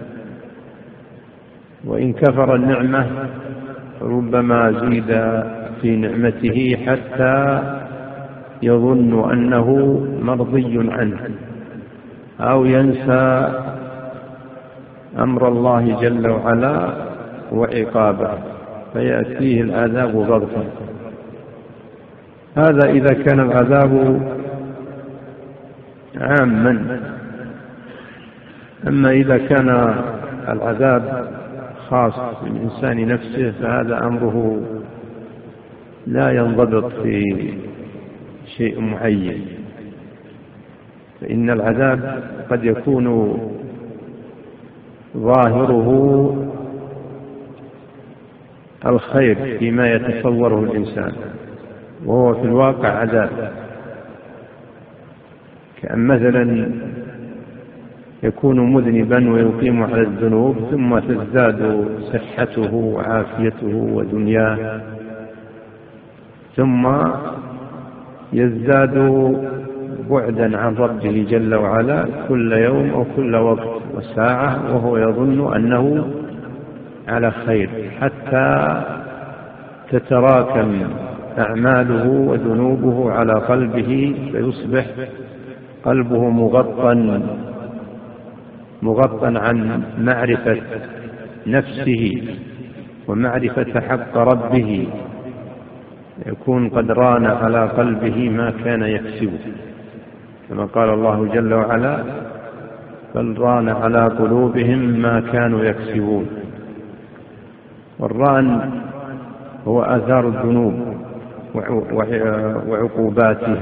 وإن كفر النعمة ربما زيد في نعمته حتى يظن أنه مرضي عنه أو ينسى أمر الله جل وعلا وعقابه فيأتيه العذاب بغتة. هذا إذا كان العذاب عاما. أما إذا كان العذاب خاص بالإنسان نفسه فهذا أمره لا ينضبط في شيء معين، فإن العذاب قد يكون ظاهره الخير فيما يتصوره الإنسان وهو في الواقع عذاب، كأن مثلا يكون مذنبا ويقيم على الذنوب ثم تزداد صحته وعافيته ودنياه، ثم يزداد بعدا عن ربه جل وعلا كل يوم أو كل وقت وساعة وهو يظن أنه على خير، حتى تتراكم أعماله وذنوبه على قلبه فيصبح قلبه مغطى مغطى عن معرفة نفسه ومعرفة حق ربه، يكون قد ران على قلبه ما كان يكسبه، كما قال الله جل وعلا: بل ران على قلوبهم ما كانوا يكسبون. والران هو آثار الذنوب وعقوباتها.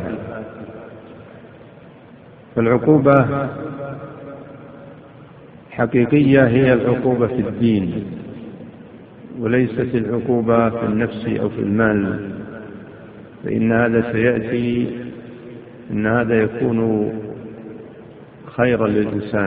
فالعقوبة حقيقية هي العقوبة في الدين، وليست العقوبة في النفس أو في المال، فإن هذا سيأتي إن هذا يكون خيرا للإنسان.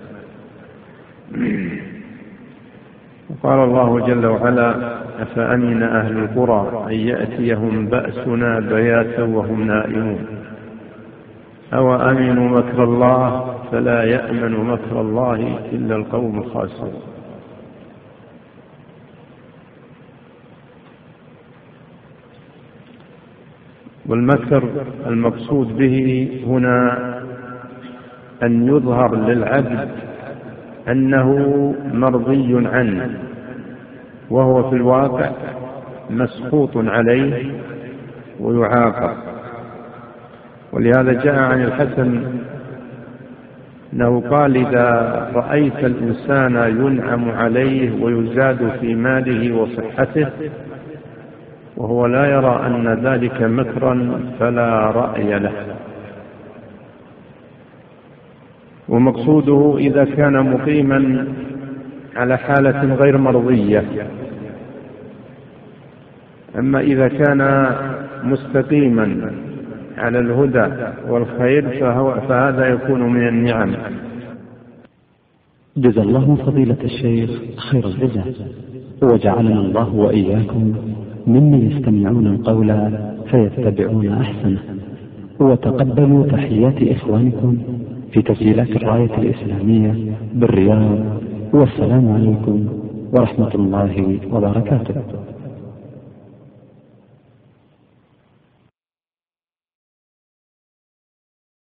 وقال الله جل وعلا: أفأمن أهل القرى أن يأتيهم بأسنا بياتا وهم نائمون أو أمنوا مكر الله فلا يأمن مكر الله إلا القوم الخاسرون. والمكر المقصود به هنا أن يظهر للعبد أنه مرضي عنه وهو في الواقع مسخوط عليه ويعاقب. ولهذا جاء عن الحسن أنه قال: إذا رأيت الإنسان ينعم عليه ويزاد في ماله وصحته وهو لا يرى أن ذلك مكرا فلا رأي له. ومقصوده إذا كان مقيما على حالة غير مرضية. أما إذا كان مستقيما على الهدى والخير فهو فهذا يكون من النعم. جزا الله فضيلة الشيخ خير الجزاء، وجعلنا الله وإياكم ممن يستمعون القول فيتبعون أحسنه. وتقبلوا تحيات إخوانكم في تسجيلات الراية الإسلامية بالرياض، والسلام عليكم ورحمة الله وبركاته.